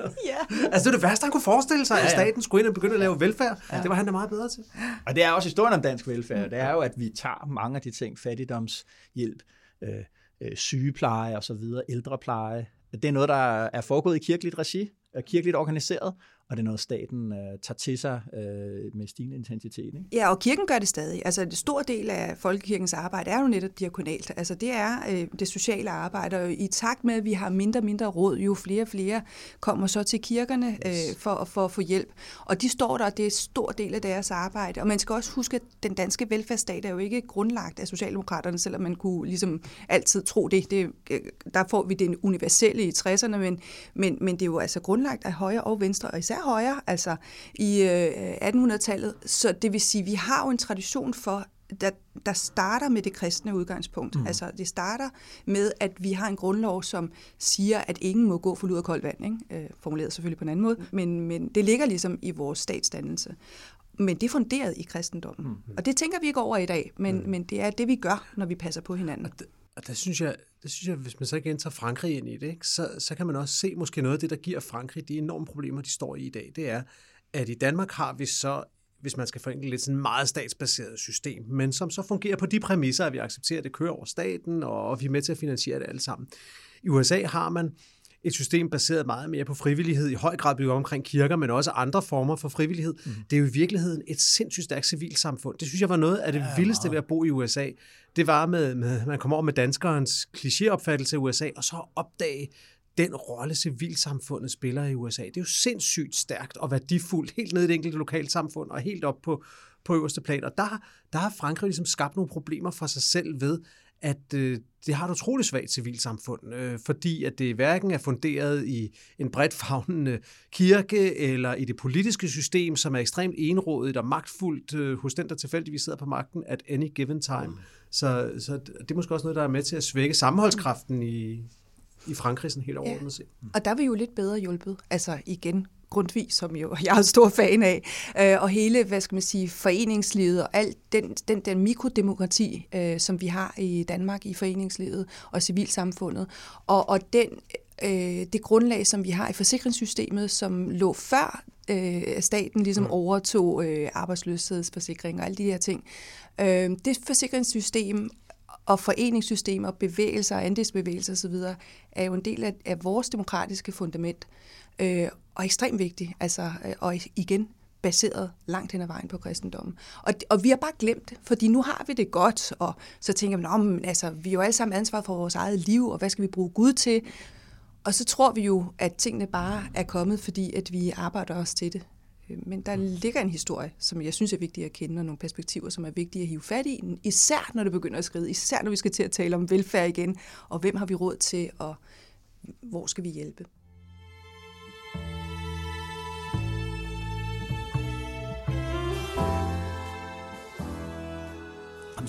ja. Altså det er det værste, han kunne forestille sig, ja, ja. at staten skulle ind og begynde at lave velfærd. Ja. Det var han da meget bedre til. Og det er også historien om dansk velfærd. Det er jo, at vi tager mange af de ting, fattigdomshjælp, øh, øh, sygepleje og så videre, ældrepleje. Det er noget, der er foregået i kirkeligt regi, kirkeligt organiseret, og det er noget, staten øh, tager til sig øh, med stigende intensitet. Ikke? Ja, og kirken gør det stadig. Altså, en stor del af folkekirkens arbejde er jo netop diakonalt. Altså, det er øh, det sociale arbejde, og i takt med, at vi har mindre og mindre råd, jo flere og flere kommer så til kirkerne øh, for, for at få hjælp. Og de står der, og det er en stor del af deres arbejde. Og man skal også huske, at den danske velfærdsstat er jo ikke grundlagt af Socialdemokraterne, selvom man kunne ligesom altid tro det. det der får vi det universelle i tresserne, men, men, men det er jo altså grundlagt af højre og venstre, og især højre, altså i øh, attenhundredetallet. Så det vil sige, vi har jo en tradition for, der, der starter med det kristne udgangspunkt. Mm. Altså det starter med, at vi har en grundlov, som siger, at ingen må gå for lud og koldt vand. Ikke? Øh, formuleret selvfølgelig på en anden måde, men, men det ligger ligesom i vores statsdannelse. Men det er funderet i kristendommen. Mm. Og det tænker vi ikke over i dag, men, mm. men det er det, vi gør, når vi passer på hinanden. Og det, og der synes jeg, det synes jeg, hvis man så igen tager Frankrig ind i det, ikke, så, så kan man også se måske noget af det, der giver Frankrig de enorme problemer, de står i i dag. Det er, at i Danmark har vi så, hvis man skal forenkle lidt, sådan et meget statsbaseret system, men som så fungerer på de præmisser, at vi accepterer, at det kører over staten, og vi er med til at finansiere det alle sammen. I U S A har man et system baseret meget mere på frivillighed, i høj grad bygget omkring kirker, men også andre former for frivillighed. Mm. Det er jo i virkeligheden et sindssygt stærkt civilsamfund. Det synes jeg var noget af det ja, vildeste meget. ved at bo i U S A. Det var med, med man kommer over med danskerens klichéopfattelse af U S A, og så opdage den rolle, civilsamfundet spiller i U S A. Det er jo sindssygt stærkt og værdifuldt, helt ned i det enkelte lokalsamfund, og helt op på, på øverste plan. Og der, der har Frankrig ligesom skabt nogle problemer for sig selv ved, at øh, det har et utroligt svagt civilsamfund, øh, fordi at det hverken er funderet i en bredt favnende kirke eller i det politiske system, som er ekstremt enrådigt og magtfuldt øh, hos den, der tilfældigvis sidder på magten at any given time. Mm. Så, så det er måske også noget, der er med til at svække sammenholdskraften i, i Frankrig sådan helt overordnet set. Ja. Og der er vi jo lidt bedre hjulpet, altså igen Grundtvig, som jo jeg er en stor fan af, øh, og hele, hvad skal man sige, foreningslivet og alt den, den, den mikrodemokrati, øh, som vi har i Danmark i foreningslivet og civilsamfundet, og, og den, øh, det grundlag, som vi har i forsikringssystemet, som lå før øh, staten ligesom mm. overtog øh, arbejdsløshedsforsikring og alle de her ting. Øh, det forsikringssystem og foreningssystem og bevægelser, andelsbevægelser osv., er jo en del af, af vores demokratiske fundament. Øh, og ekstremt vigtigt, altså, og igen baseret langt hen ad vejen på kristendommen. Og, og vi har bare glemt det, fordi nu har vi det godt, og så tænker man, men, altså, vi er jo alle sammen ansvar for vores eget liv, og hvad skal vi bruge Gud til? Og så tror vi jo, at tingene bare er kommet, fordi at vi arbejder os til det. Men der ligger en historie, som jeg synes er vigtig at kende, og nogle perspektiver, som er vigtige at hive fat i, især når det begynder at skride, især når vi skal til at tale om velfærd igen, og hvem har vi råd til, og hvor skal vi hjælpe?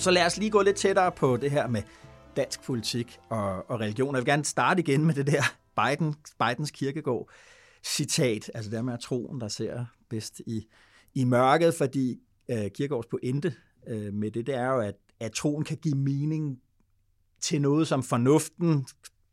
Så lad os lige gå lidt tættere på det her med dansk politik og, og religion. Jeg vil gerne starte igen med det der Biden, Bidens Kierkegaard citat, altså det med at troen, der ser bedst i, i mørket, fordi øh, Kierkegaards pointe øh, med det, det er jo, at, at troen kan give mening til noget, som fornuften,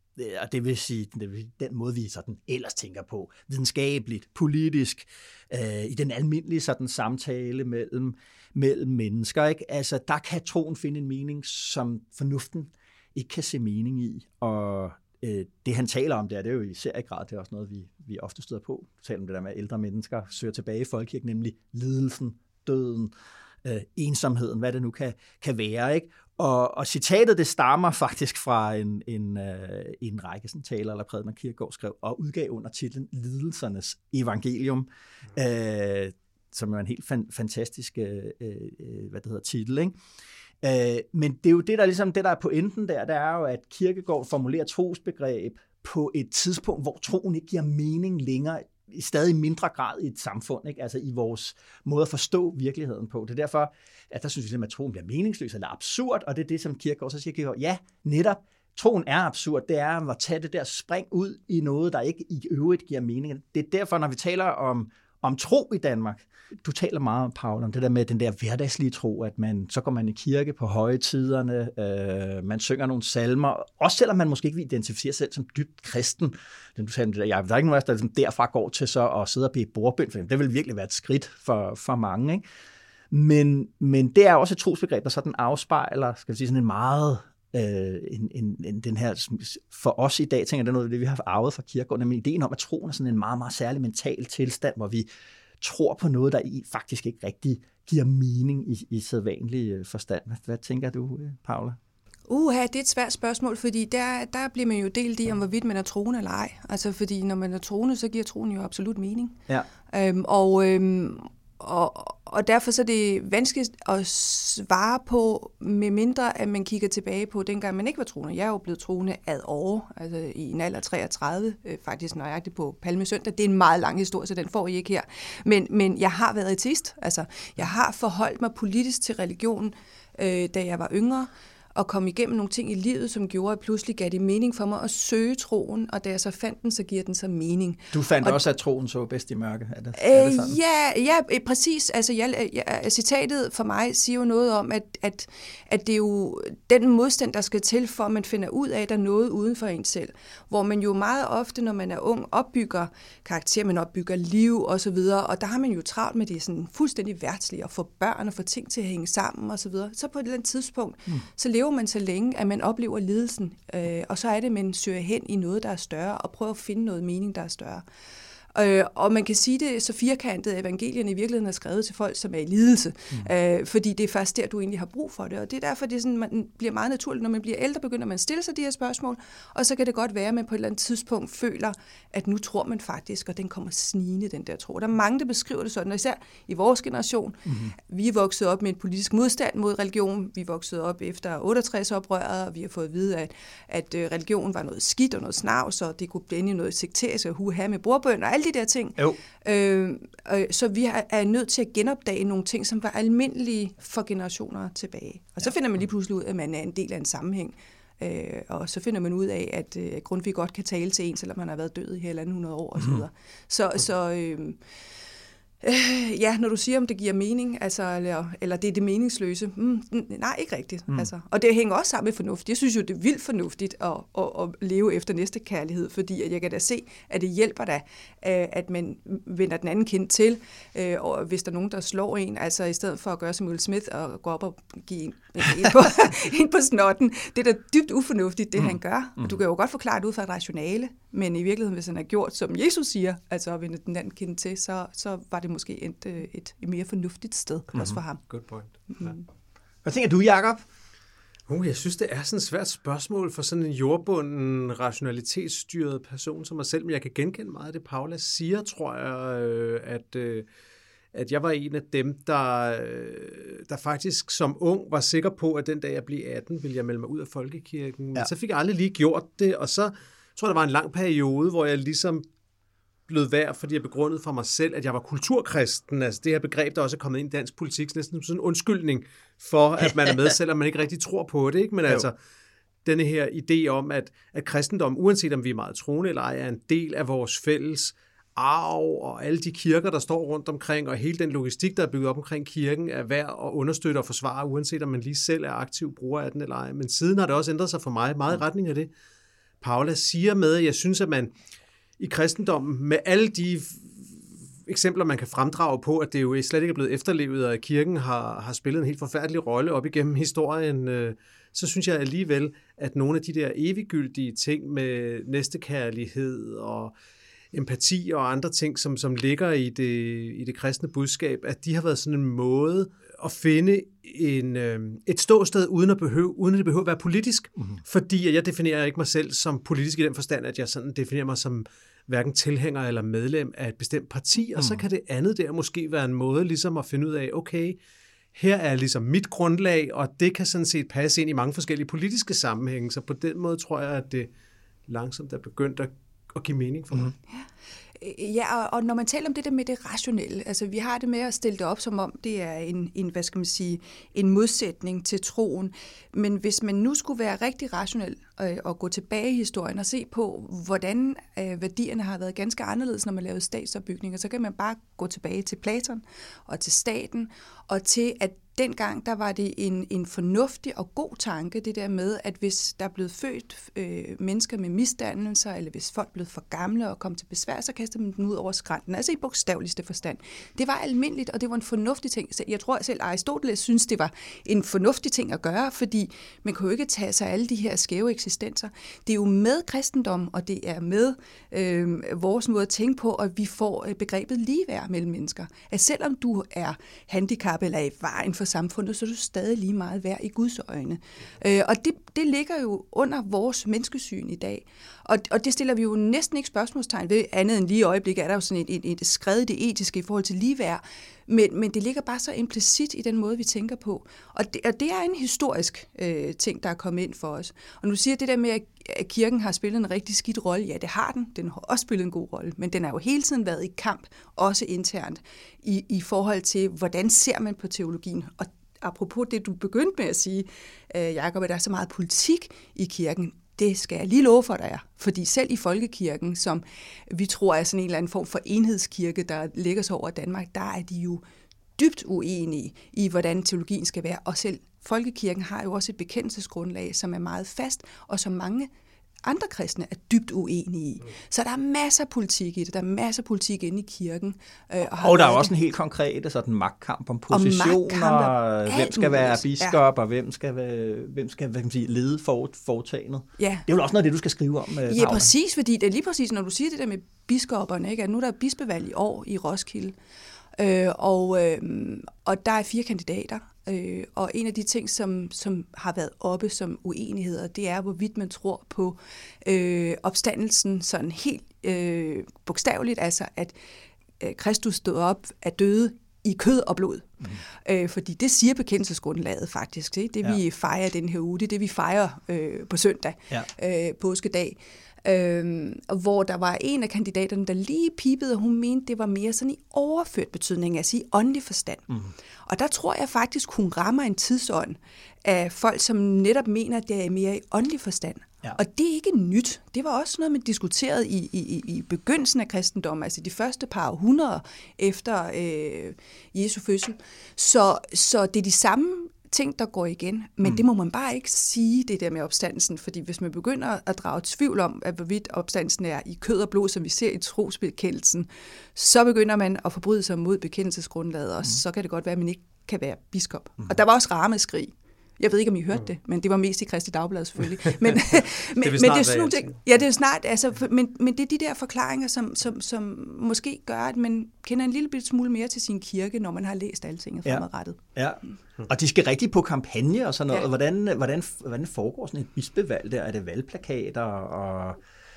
og det vil sige, det vil, den måde, vi sådan ellers tænker på, videnskabeligt, politisk, øh, i den almindelige sådan samtale mellem, mellem mennesker, ikke? Altså, der kan troen finde en mening, som fornuften ikke kan se mening i, og øh, det han taler om der, det er jo i serie grad, det er også noget, vi, vi ofte støder på. Vi taler om det der med, at ældre mennesker søger tilbage i folkekirken, nemlig lidelsen, døden, øh, ensomheden, hvad det nu kan, kan være, ikke? Og, og citatet, det stammer faktisk fra en, en, øh, en række sådan, taler eller prædikener, Kierkegaard skrev, og udgav under titlen Lidelsernes Evangelium, øh, som er en helt fan, fantastisk øh, øh, hvad det hedder, titel, ikke? Øh, men det er jo det, der, ligesom, det, der er pointen der, det er jo, at Kierkegaard formulerer trosbegreb på et tidspunkt, hvor troen ikke giver mening længere, i stadig mindre grad i et samfund, ikke? Altså i vores måde at forstå virkeligheden på. Det er derfor, at der synes vi, at troen bliver meningsløs eller absurd, og det er det, som Kierkegaard så siger, Kierkegaard, ja, netop, troen er absurd, det er at tage det der spring ud i noget, der ikke i øvrigt giver mening. Det er derfor, når vi taler om, om tro i Danmark, du taler meget om, Paul, om det der med den der hverdagslige tro, at man, så går man i kirke på højtiderne, øh, man synger nogle salmer, også selvom man måske ikke vil identificere sig selv som dybt kristen. Den, du sagde, der er ikke nogen af os, der ligesom derfra går til så at sidde og bede bordbøn, for det vil virkelig være et skridt for, for mange, ikke? Men, men det er også et trosbegreb, der sådan afspejler, skal vi sige, sådan en meget Øh, en, en, en, den her, for os i dag, tænker jeg, det er noget af det, vi har arvet fra Kierkegaard, nemlig ideen om, at troen er sådan en meget, meget særlig mental tilstand, hvor vi tror på noget, der i faktisk ikke rigtig giver mening i, i sædvanlig forstand. Hvad, hvad tænker du, Paula? Uha, det er et svært spørgsmål, fordi der, der bliver man jo delt i, om hvorvidt man er troende eller ej. Altså, fordi når man er troende, så giver troen jo absolut mening. Ja. Øhm, og, øhm, og, og derfor så er det vanskeligt at svare på, med mindre at man kigger tilbage på, dengang man ikke var troende. Jeg er jo blevet troende ad år, altså i en alder treogtredive, øh, faktisk nøjagtigt på Palmesøndag. Det er en meget lang historie, så den får I ikke her. Men, men jeg har været ateist. Altså, jeg har forholdt mig politisk til religion, øh, da jeg var yngre, og kom igennem nogle ting i livet, som gjorde, at pludselig gav det mening for mig at søge troen, og da jeg så fandt den, så giver den så mening. Du fandt og, også, at troen så bedst i mørke? Er det, øh, er det sådan? Ja, ja, præcis. Altså, jeg, jeg, citatet for mig siger jo noget om, at, at, at det er jo den modstand, der skal til, for at man finder ud af, at der er noget uden for en selv. Hvor man jo meget ofte, når man er ung, opbygger karakter, man opbygger liv og så videre, og der har man jo travlt med det sådan fuldstændig værtslige, at få børn og få ting til at hænge sammen og så videre. Så på et eller andet tidspunkt, mm. så lever man så længe, at man oplever lidelsen, øh, og så er det, at man søger hen i noget, der er større, og prøver at finde noget mening, der er større. Øh, og man kan sige det så firkantet, at evangelierne i virkeligheden er skrevet til folk, som er i lidelse, mm. øh, fordi det er først der, du egentlig har brug for det, og det er derfor, det er sådan, man bliver meget naturligt, når man bliver ældre, begynder man at stille sig de her spørgsmål, og så kan det godt være, at man på et eller andet tidspunkt føler, at nu tror man faktisk, og den kommer snigende, den der tro. Der er mange, der beskriver det sådan, og især i vores generation, mm. vi er vokset op med en politisk modstand mod religion, vi er vokset op efter otteogtres-oprøret, og vi har fået at vide, at, at religion var noget skidt og noget snavs, og det kunne blive noget sekterisk og huha med bordbøn og alle de der ting. Øh, øh, så vi er nødt til at genopdage nogle ting, som var almindelige for generationer tilbage. Og så finder man lige pludselig ud af, at man er en del af en sammenhæng. Øh, og så finder man ud af, at øh, Grundtvig godt kan tale til en, selvom man har været død i halvanden hundrede år osv. Mm. Så, så øh, Øh, ja, når du siger, om det giver mening, altså, eller, eller det er det meningsløse. Mm, nej, ikke rigtigt. Mm. Altså. Og det hænger også sammen med fornuft. Jeg synes jo, det er vildt fornuftigt at, at, at leve efter næste kærlighed, fordi at jeg kan da se, at det hjælper dig, at man vender den anden kind til, og hvis der er nogen, der slår en, altså i stedet for at gøre som Will Smith og gå op og give en, en, på, en på snotten. Det er da dybt ufornuftigt, det mm. han gør. Og du kan jo godt forklare det ud fra et rationale, men i virkeligheden, hvis han har gjort, som Jesus siger, altså at vende den anden kind til, så, så var det måske et, et, et mere fornuftigt sted, mm-hmm. også for ham. Good point. Mm-hmm. Ja. Hvad tænker du, Jacob? Uh, jeg synes, det er sådan et svært spørgsmål for sådan en jordbunden, rationalitetsstyret person som mig selv, men jeg kan genkende meget af det, Paula siger, tror jeg, øh, at, øh, at jeg var en af dem, der, øh, der faktisk som ung var sikker på, at den dag jeg blev atten, ville jeg melde mig ud af folkekirken, men ja. så fik jeg aldrig lige gjort det, og så tror jeg, der var en lang periode, hvor jeg ligesom lød værd, fordi jeg begrundede for mig selv, at jeg var kulturkristen. Altså det her begreb, der også er kommet ind i dansk politik, næsten sådan en undskyldning for, at man er med, selvom man ikke rigtig tror på det. Ikke? Men jo. altså, denne her idé om, at, at kristendom, uanset om vi er meget troende eller ej, er en del af vores fælles arv, og alle de kirker, der står rundt omkring, og hele den logistik, der er bygget op omkring kirken, er værd at understøtte og forsvare, uanset om man lige selv er aktiv bruger af den eller ej. Men siden har det også ændret sig for mig meget i retning af det. Paula siger med, at jeg synes, at man i kristendommen, med alle de eksempler, man kan fremdrage på, at det jo slet ikke er blevet efterlevet, og at kirken har, har spillet en helt forfærdelig rolle op igennem historien, øh, så synes jeg alligevel, at nogle af de der eviggyldige ting med næstekærlighed og empati og andre ting, som, som ligger i det, i det kristne budskab, at de har været sådan en måde at finde en, øh, et ståsted, uden at, behøve, uden at det behøver at være politisk. Mm-hmm. Fordi jeg definerer ikke mig selv som politisk i den forstand, at jeg sådan definerer mig som hverken tilhænger eller medlem af et bestemt parti, og mm. så kan det andet der måske være en måde ligesom at finde ud af, okay, her er ligesom mit grundlag, og det kan sådan set passe ind i mange forskellige politiske sammenhænge, så på den måde tror jeg, at det langsomt er begyndt at at give mening for mig. Mm. Ja, og når man taler om det der med det rationelle, altså vi har det med at stille det op, som om det er en, en hvad skal man sige, en modsætning til troen. Men hvis man nu skulle være rigtig rationel øh, og gå tilbage i historien og se på, hvordan øh, værdierne har været ganske anderledes, når man lavede statsopbygninger, så kan man bare gå tilbage til Platon og til staten, og til at dengang, der var det en, en fornuftig og god tanke, det der med, at hvis der er blevet født øh, mennesker med misdannelser, eller hvis folk blev for gamle og kom til besvær, så kaster man den ud over skrænten. Altså i bogstaveligste forstand. Det var almindeligt, og det var en fornuftig ting. Jeg tror selv, Aristoteles synes, det var en fornuftig ting at gøre, fordi man kunne jo ikke tage sig af alle de her skæve eksistenser. Det er jo med kristendom, og det er med øh, vores måde at tænke på, at vi får begrebet ligeværd mellem mennesker. At selvom du er handicappet eller i vejen for samfundet, så er du stadig lige meget værd i Guds øjne. Øh, og det, det ligger jo under vores menneskesyn i dag. Og, og det stiller vi jo næsten ikke spørgsmålstegn ved, andet end lige i øjeblikket er der jo sådan et, et, et skred i det etiske i forhold til ligeværd, men, men det ligger bare så implicit i den måde, vi tænker på. Og det, og det er en historisk øh, ting, der er kommet ind for os. Og nu siger det der med, at kirken har spillet en rigtig skidt rolle. Ja, det har den. Den har også spillet en god rolle, men den har jo hele tiden været i kamp, også internt, i, i forhold til, hvordan ser man på teologien. Og apropos det, du begyndte med at sige, øh, Jacob, at der er så meget politik i kirken. Det skal jeg lige love for dig, fordi selv i folkekirken, som vi tror er sådan en eller anden form for enhedskirke, der lægger sig over Danmark, der er de jo dybt uenige i, hvordan teologien skal være. Og selv folkekirken har jo også et bekendelsesgrundlag, som er meget fast, og som mange andre kristne er dybt uenige i. Så der er masser af politik i det. Der er masser af politik inde i kirken. Øh, og, og der er også en helt konkret sådan magtkamp om positioner. Hvem skal være biskop, ja. Og hvem skal, være, hvem skal hvad kan man sige, lede for, foretagendet. Ja. Det er jo også noget af det, du skal skrive om. Ja, Paula. Præcis, fordi det er lige præcis, når du siger det der med biskopperne, ikke? At nu er der bispevalg i år i Roskilde, øh, og, øh, og der er fire kandidater. Øh, og en af de ting, som, som har været oppe som uenigheder, det er, hvorvidt man tror på øh, opstandelsen sådan helt øh, bogstaveligt, altså at øh, Kristus stod op af døde i kød og blod. Mm. Øh, fordi det siger bekendelsesgrundlaget faktisk. Det er det, ja. Vi fejrer den her uge. Det er det, vi fejrer øh, på søndag, ja. øh, påskedag. Øh, hvor der var en af kandidaterne, der lige pipede, og hun mente, det var mere sådan i overført betydning, altså i åndelig forstand. Mm. Og der tror jeg faktisk, hun rammer en tidsånd af folk, som netop mener, at det er mere i åndelig forstand. Ja. Og det er ikke nyt. Det var også noget, man diskuterede i, i, i begyndelsen af kristendommen, altså de første par århundreder efter øh, Jesu fødsel. Så, så det er de samme ting, der går igen, men mm. det må man bare ikke sige, det der med opstandelsen, fordi hvis man begynder at drage tvivl om, at hvorvidt opstandelsen er i kød og blod, som vi ser i trosbekendelsen, så begynder man at forbryde sig mod bekendelsesgrundlaget, og mm. så kan det godt være, at man ikke kan være biskop. Mm. Og der var også ramaskrig. Jeg ved ikke, om I hørte mm. det, men det var mest i Kristi Dagblad selvfølgelig. Men, men, det men det er sådan nogle ting. Ja, det er snart, altså, men, men det er de der forklaringer, som, som, som måske gør, at man kender en lille smule mere til sin kirke, når man har læst alting fremadrettet. Ja. Ja. Og de skal rigtig på kampagne og sådan noget. Ja. Hvordan, hvordan, hvordan foregår sådan et bispevalg der? Er det valgplakater og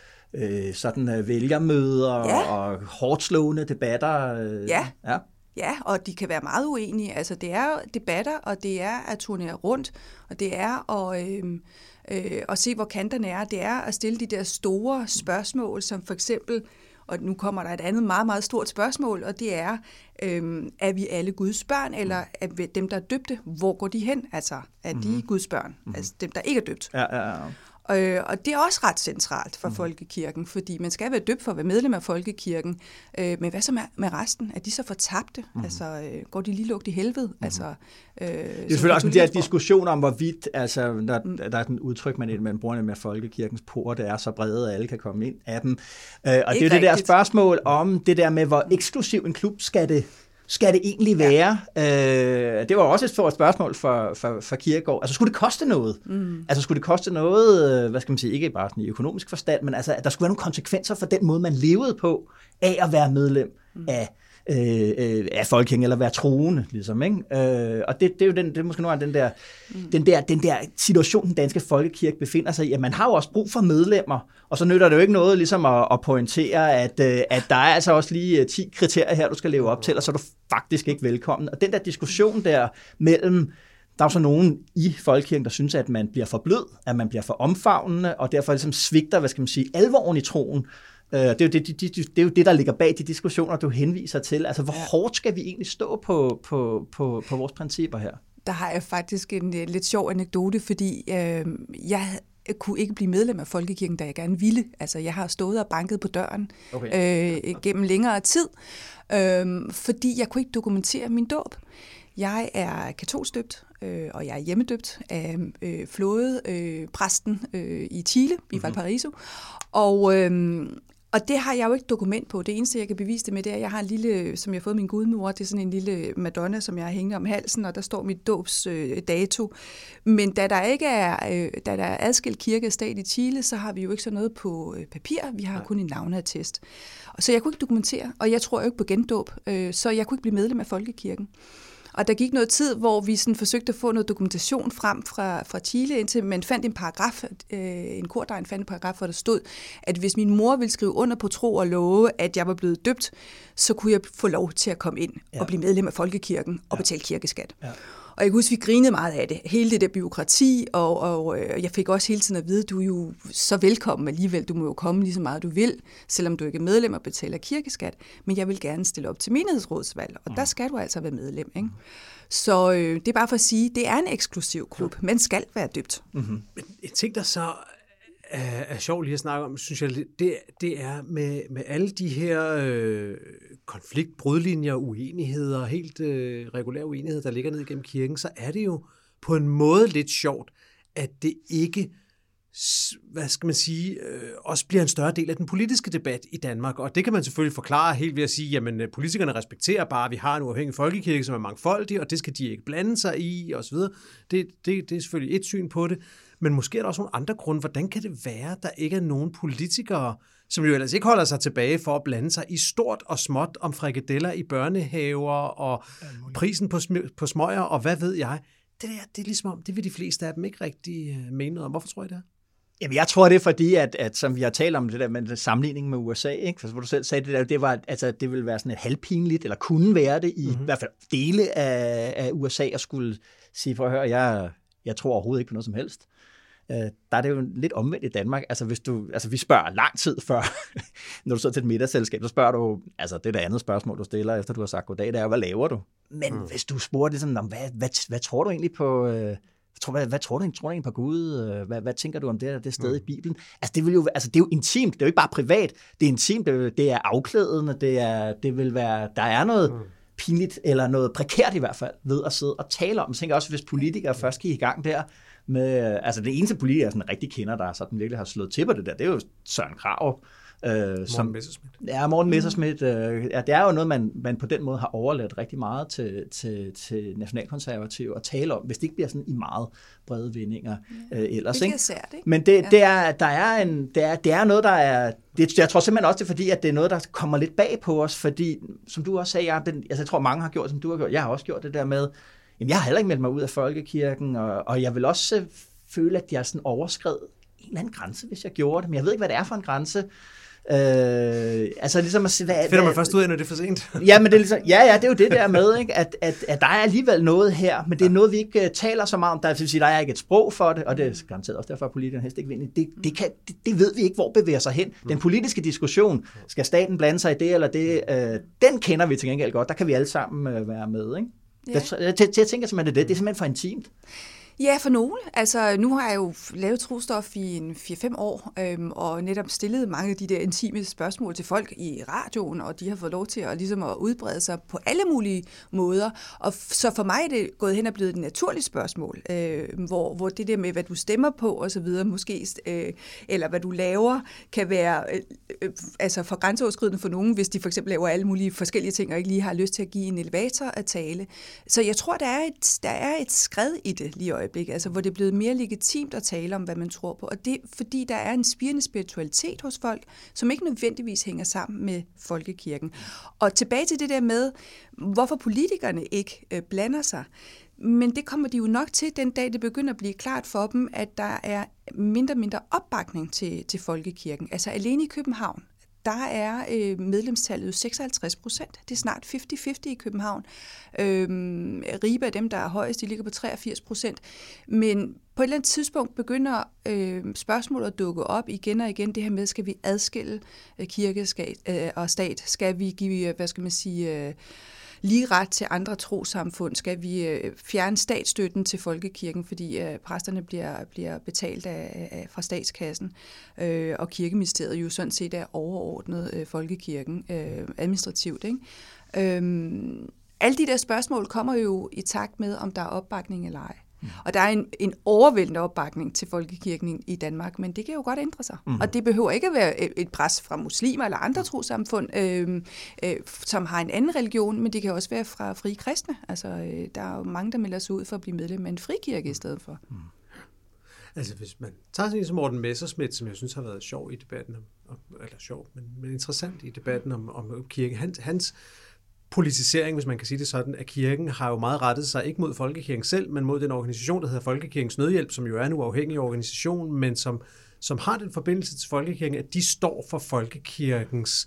øh, sådan vælgermøder ja. Og hårdt slående debatter? Ja. Ja. Ja, og de kan være meget uenige. Altså, det er debatter, og det er at turnere rundt, og det er at, øh, øh, at se, hvor kanterne er. Det er at stille de der store spørgsmål, som for eksempel, Og nu kommer der et andet meget, meget stort spørgsmål, og det er, øhm, er vi alle Guds børn, eller er vi dem, der er døbte, hvor går de hen? Altså, er de mm-hmm. Guds børn? Mm-hmm. Altså dem, der ikke er døbt. Ja, ja, ja. Og, og det er også ret centralt for mm. folkekirken, fordi man skal være døbt for at være medlem af folkekirken. Øh, men hvad så med, med resten? Er de så fortabte? Mm. Altså, øh, går de lige lugt i helvede? Mm. Altså, øh, det er selvfølgelig også en der diskussion om, hvorvidt, altså, der, mm. der er den udtryk, man, man bruger med folkekirkens porte, er så brede, at alle kan komme ind af dem. Øh, og ikke det er jo det der spørgsmål om det der med, hvor eksklusiv en klub skal det skal det egentlig være? Ja. Øh, det var også et stort spørgsmål for, for, for Kierkegaard. Altså, skulle det koste noget? Mm. Altså, skulle det koste noget, hvad skal man sige, ikke bare sådan i økonomisk forstand, men altså, at der skulle være nogle konsekvenser for den måde, man levede på, af at være medlem mm. af, øh, af folkekirken, eller være troende, ligesom, ikke? Øh, og det, det er jo den, det er måske nogle af den der, mm. den der, den der situation, den danske folkekirke befinder sig i, at man har jo også brug for medlemmer, og så nytter det jo ikke noget ligesom at, at pointere, at, at der er altså også lige ti kriterier her, du skal leve op til, og så er du faktisk ikke velkommen. Og den der diskussion der mellem, der er jo så nogen i folkekirken, der synes, at man bliver for blød, at man bliver for omfavnende, og derfor ligesom svigter, hvad skal man sige, alvoren i troen. Det er, jo det, det, det, det er jo det, der ligger bag de diskussioner, du henviser til. Altså, hvor hårdt skal vi egentlig stå på, på, på, på vores principper her? Der har jeg faktisk en lidt sjov anekdote, fordi øh, jeg Jeg kunne ikke blive medlem af folkekirken, da jeg gerne ville. Altså, jeg har stået og banket på døren okay. øh, gennem længere tid, øh, fordi jeg kunne ikke dokumentere min dåb. Jeg er katolsk døbt, øh, og jeg er hjemmedøbt af øh, flådepræsten øh, i Chile, mm-hmm. i Valparaiso. Og, øh, og det har jeg jo ikke dokument på. Det eneste, jeg kan bevise det med, det er, at jeg har en lille, som jeg har fået min gudmor, det er sådan en lille Madonna, som jeg har hængt om halsen, og der står mit dåbs øh, dato. Men da der ikke er, øh, da der er adskilt kirke og stat i Chile, så har vi jo ikke så noget på øh, papir. Vi har kun en navneattest. Så jeg kunne ikke dokumentere, og jeg tror jo ikke på gendåb, øh, så jeg kunne ikke blive medlem af folkekirken. Og der gik noget tid, hvor vi sådan forsøgte at få noget dokumentation frem fra, fra Chile, indtil man fandt en paragraf, øh, en kordegn fandt en paragraf, hvor der stod, at hvis min mor ville skrive under på tro og love, at jeg var blevet døbt, så kunne jeg få lov til at komme ind ja. og blive medlem af folkekirken og ja. betale kirkeskat. Ja. Og jeg kan huske, vi grinede meget af det. Hele det der byråkrati, og, og øh, jeg fik også hele tiden at vide, at du er jo så velkommen alligevel. Du må jo komme lige så meget, du vil, selvom du ikke er medlem og betaler kirkeskat. Men jeg vil gerne stille op til menighedsrådsvalg, og mm. der skal du altså være medlem. Ikke? Så øh, det er bare for at sige, det er en eksklusiv klub. Man skal være døbt. Mm-hmm. Men en ting, der så er, er sjovt lige at snakke om, synes jeg, det, det er med, med alle de her øh, konflikt, brudlinjer, uenigheder, helt øh, regulære uenigheder, der ligger ned igennem kirken, så er det jo på en måde lidt sjovt, at det ikke, hvad skal man sige, øh, også bliver en større del af den politiske debat i Danmark. Og det kan man selvfølgelig forklare helt ved at sige, jamen politikerne respekterer bare, at vi har en uafhængig folkekirke, som er mangfoldig, og det skal de ikke blande sig i, osv. Det, det, det er selvfølgelig et syn på det. Men måske er der også nogle andre grunde. Hvordan kan det være, at der ikke er nogen politikere, som jo ellers ikke holder sig tilbage for at blande sig i stort og småt om frikadeller i børnehaver og prisen på, sm- på smøger og hvad ved jeg. Det der, det er ligesom om, det vil de fleste af dem ikke rigtig mene noget om. Hvorfor tror I det? Jamen, jeg tror, det er fordi, at, at som vi har talt om det der med sammenligning med U S A, ikke? For, hvor du selv sagde det der, det var, altså, det ville være sådan et halvpinligt, eller kunne være det i, mm-hmm. i hvert fald dele af, af U S A, og skulle sige, for at høre, jeg, jeg tror overhovedet ikke på noget som helst. Uh, der er det jo lidt omvendt i Danmark. Altså, hvis du, altså, vi spørger lang tid før, når du sidder til et middagsselskab, så spørger du, altså det er det andet spørgsmål, du stiller, efter du har sagt goddag, det er, hvad laver du? Men mm. hvis du spurgte sådan, hvad, hvad, hvad, hvad tror du egentlig på... Uh, Hvad, hvad tror du egentlig? Tror du egentlig på Gud? Hvad, hvad tænker du om det, det sted mm. i Bibelen? Altså det, vil jo, altså, det er jo intimt. Det er jo ikke bare privat. Det er intimt. Det, det er afklædende. Det, er, det vil være, der er noget mm. pinligt, eller noget prekært i hvert fald, ved at sidde og tale om. Jeg tænker også, hvis politikere mm. først gik i gang der, med, altså det eneste politikere, jeg sådan rigtig kender, der sådan virkelig har slået til på det der, det er jo Søren Krarup. Øh, Morten som, Messerschmidt. Ja, Morten Messerschmidt. Øh, ja, det er jo noget, man, man på den måde har overladt rigtig meget til, til, til nationalkonservative at tale om, hvis det ikke bliver sådan i meget brede vendinger ja. øh, ellers. Det ikke? er sært, ikke? Men det, ja. det er, der er en, det, er, det er noget, der er... Det, jeg tror simpelthen også, det er fordi, at det er noget, der kommer lidt bag på os, fordi, som du også sagde, jeg, den, altså, jeg tror, mange har gjort, som du har gjort. Jeg har også gjort det der med, jamen, jeg har heller ikke meldt mig ud af folkekirken, og, og jeg vil også øh, føle, at jeg sådan overskred en eller anden grænse, hvis jeg gjorde det, men jeg ved ikke, hvad det er for en grænse. Øh, altså ligesom at se, hvad... Finder man først ud af, når det er for sent? ja, men det er ligesom, ja, ja, det er jo det der med, ikke? At, at, at der er alligevel noget her, men det er noget, vi ikke uh, taler så meget om. Der, det vil sige, der er ikke et sprog for det, og det er garanteret også derfor, at politikerne helst ikke vil. Det, det, kan, det, det ved vi ikke, hvor bevæger sig hen. Den politiske diskussion, skal staten blande sig i det eller det, øh, den kender vi til gengæld godt. Der kan vi alle sammen øh, være med, ikke? Ja. Jeg, jeg, jeg, jeg tænker simpelthen, det er det. Det er simpelthen for intimt. Ja, for nogle. Altså, nu har jeg jo lavet trostof i en fire fem år, øhm, og netop stillet mange af de der intime spørgsmål til folk i radioen, og de har fået lov til at, ligesom at udbrede sig på alle mulige måder. Og så for mig er det gået hen og blevet et naturligt spørgsmål, øh, hvor, hvor det der med, hvad du stemmer på og så videre, måske, øh, eller hvad du laver, kan være øh, øh, altså for grænseoverskridende for nogen, hvis de for eksempel laver alle mulige forskellige ting, og ikke lige har lyst til at give en elevator at tale. Så jeg tror, der er et, der er et skred i det lige øjeblik, altså hvor det er blevet mere legitimt at tale om, hvad man tror på. Og det er, fordi der er en spirende spiritualitet hos folk, som ikke nødvendigvis hænger sammen med folkekirken. Og tilbage til det der med, hvorfor politikerne ikke øh, blander sig. Men det kommer de jo nok til den dag, det begynder at blive klart for dem, at der er mindre og mindre opbakning til, til folkekirken. Altså alene i København, der er øh, medlemstallet jo seksoghalvtreds procent. Det er snart halvtreds halvtreds i København. Øhm, Ribe af dem, der er højest, de ligger på treogfirs procent. Men på et eller andet tidspunkt begynder øh, spørgsmålet at dukke op igen og igen. Det her med, skal vi adskille øh, kirke skal, øh, og stat? Skal vi give, hvad skal man sige... Øh, lige ret til andre trosamfund? Skal vi øh, fjerne statsstøtten til folkekirken, fordi øh, præsterne bliver, bliver betalt af, af, fra statskassen, øh, og kirkeministeriet jo sådan set er overordnet øh, folkekirken øh, administrativt, ikke? Øhm, alle de der spørgsmål kommer jo i takt med, om der er opbakning eller ej. Mm. Og der er en, en overvældende opbakning til folkekirken i Danmark, men det kan jo godt ændre sig. Mm. Og det behøver ikke at være et, et pres fra muslimer eller andre trosamfund, øh, øh, som har en anden religion, men det kan også være fra frie kristne. Altså, øh, der er jo mange, der melder sig ud for at blive medlem af en frikirke i stedet for. Mm. Altså, hvis man tager sådan en som Morten Messerschmidt, som jeg synes har været sjov i debatten, om, eller sjov, men, men interessant i debatten om, om kirken, hans, hans politisering, hvis man kan sige det sådan, af kirken har jo meget rettet sig ikke mod folkekirken selv, men mod den organisation, der hedder Folkekirkens Nødhjælp, som jo er en uafhængig organisation, men som, som har den forbindelse til folkekirken, at de står for folkekirkens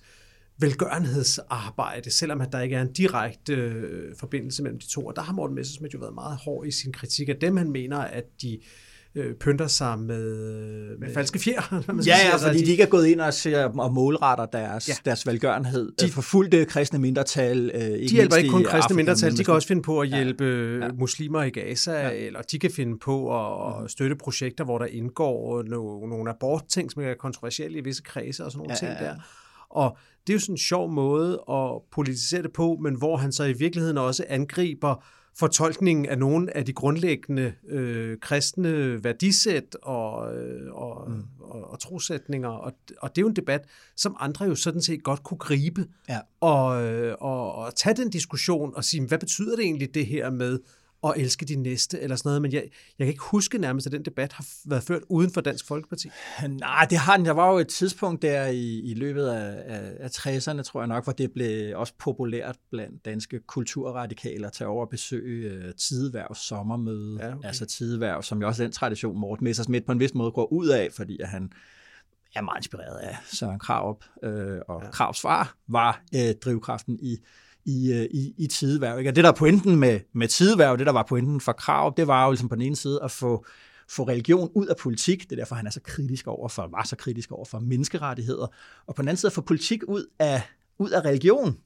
velgørenhedsarbejde, selvom at der ikke er en direkte øh, forbindelse mellem de to. Og der har Morten Messerschmidt jo været meget hård i sin kritik af dem. Han mener, at de øh, pynter sig med, med falske fjer. Ja, ja, fordi de, de ikke er gået ind og, ser, og målretter deres, ja. deres velgørenhed. De forfulgte kristne mindretal. Øh, ikke de hjælper ikke kun kristne Afrika, mindretal, de kan også finde på at hjælpe ja. Ja. muslimer i Gaza, ja. eller de kan finde på at støtte projekter, hvor der indgår nogle, nogle abortting, som er kontroversielle i visse kredse og sådan nogle ja, ting der. Ja. Og det er jo sådan en sjov måde at politisere det på, men hvor han så i virkeligheden også angriber fortolkningen af nogle af de grundlæggende øh, kristne værdisæt og, øh, og, mm. og, og trosætninger. Og, og det er jo en debat, som andre jo sådan set godt kunne gribe ja. og, øh, og, og tage den diskussion og sige, hvad betyder det egentlig det her med at elske de næste, eller sådan noget, men jeg, jeg kan ikke huske nærmest, at den debat har været ført uden for Dansk Folkeparti. Nej, det har den. Der var jo et tidspunkt der i, i løbet af, af, af tresserne, tror jeg nok, hvor det blev også populært blandt danske kulturradikaler at tage over og besøge uh, Tidehvervs sommermøde, ja, okay. altså Tidehverv, som jo også er den tradition, Morten Messerschmidt på en vis måde går ud af, fordi at han er meget inspireret af Søren Krarup, øh, og ja. Krarups far var øh, drivkraften i i, i, i Tidehverv. Ikke? Og det, der er pointen med, med Tidehverv, det, der var pointen for Krarup, det var jo ligesom på den ene side at få, få religion ud af politik. Det er derfor, han er så kritisk over for, var så kritisk over for menneskerettigheder. Og på den anden side at få politik ud af, ud af religion.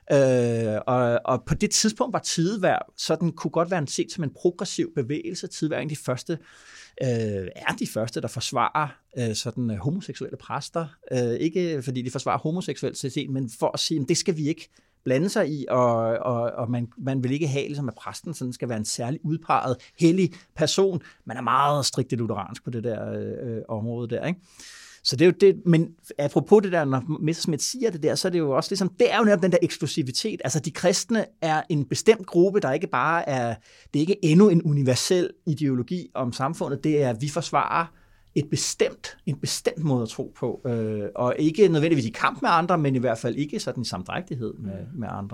Ja. Øh, og, og på det tidspunkt var Tidehverv, så den kunne godt være set som en progressiv bevægelse. Tidehverv er de første, øh, er de første, der forsvarer øh, sådan, øh, homoseksuelle præster. Øh, ikke fordi de forsvarer homoseksualitet, men for at sige, at det skal vi ikke blande sig i, og, og, og man, man vil ikke have, ligesom, at præsten sådan skal være en særlig udpeget, hellig person. Man er meget strikt lutheransk på det der øh, område der, ikke? Så det er jo det, men apropos det der, når Messerschmidt siger det der, så er det jo også ligesom, det er jo netop den der eksklusivitet. Altså de kristne er en bestemt gruppe, der ikke bare er, det er ikke endnu en universel ideologi om samfundet, det er, at vi forsvarer et bestemt, en bestemt måde at tro på, øh, og ikke nødvendigvis i kamp med andre, men i hvert fald ikke sådan i samdrægtighed med, med andre.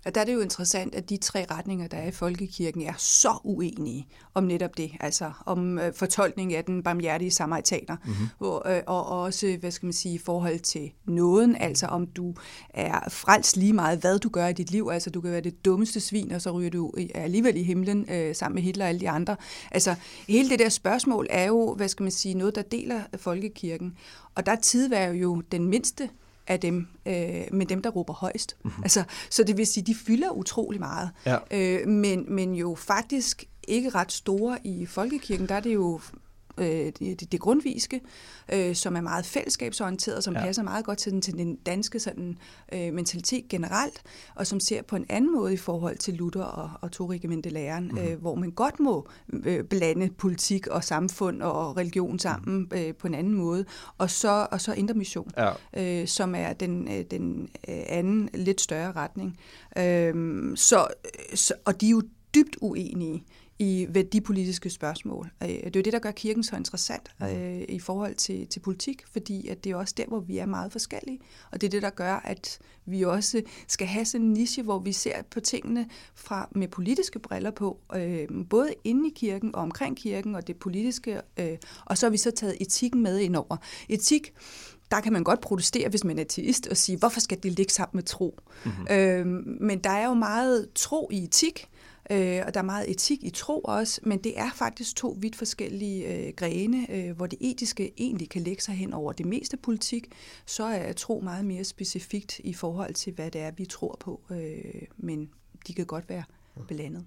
Og der er det jo interessant, at de tre retninger, der er i folkekirken, er så uenige om netop det, altså om øh, fortolkning af den barmhjertige samaritaner, mm-hmm. hvor, øh, og også, hvad skal man sige, i forhold til nåden, altså om du er frelst lige meget, hvad du gør i dit liv, altså du kan være det dummeste svin, og så ryger du alligevel i himlen øh, sammen med Hitler og alle de andre. Altså hele det der spørgsmål er jo, hvad skal man sige, noget, der deler folkekirken, og der er tidværd jo den mindste af dem, øh, men dem, der råber højst. Mm-hmm. Altså, så det vil sige, de fylder utrolig meget. Ja. Øh, men, men jo faktisk ikke ret store i folkekirken. Der er det jo øh, det, det, det grundviske, øh, som er meget fællesskabsorienteret, som ja. passer meget godt til den, til den danske sådan, øh, mentalitet generelt, og som ser på en anden måde i forhold til Luther og, og Torregimente-læren, mm-hmm. øh, hvor man godt må øh, blande politik og samfund og religion sammen øh, på en anden måde, og så, og så Indre Mission, ja. øh, som er den, øh, den øh, anden lidt større retning. Øh, så, så, og de er jo dybt uenige i værdipolitiske spørgsmål. Det er jo det, der gør kirken så interessant øh, i forhold til, til politik, fordi at det er også der, hvor vi er meget forskellige, og det er det, der gør, at vi også skal have sådan en niche, hvor vi ser på tingene fra, med politiske briller på, øh, både inde i kirken og omkring kirken og det politiske, øh, og så har vi så taget etikken med ind over. Etik, der kan man godt protestere, hvis man er ateist, og sige, hvorfor skal det ligge sammen med tro? Mm-hmm. Øh, men der er jo meget tro i etik, Øh, og der er meget etik i tro også, men det er faktisk to vidt forskellige øh, grene, øh, hvor det etiske egentlig kan lægge sig hen over det meste politik, så er tro meget mere specifikt i forhold til, hvad det er, vi tror på, øh, men de kan godt være blandet.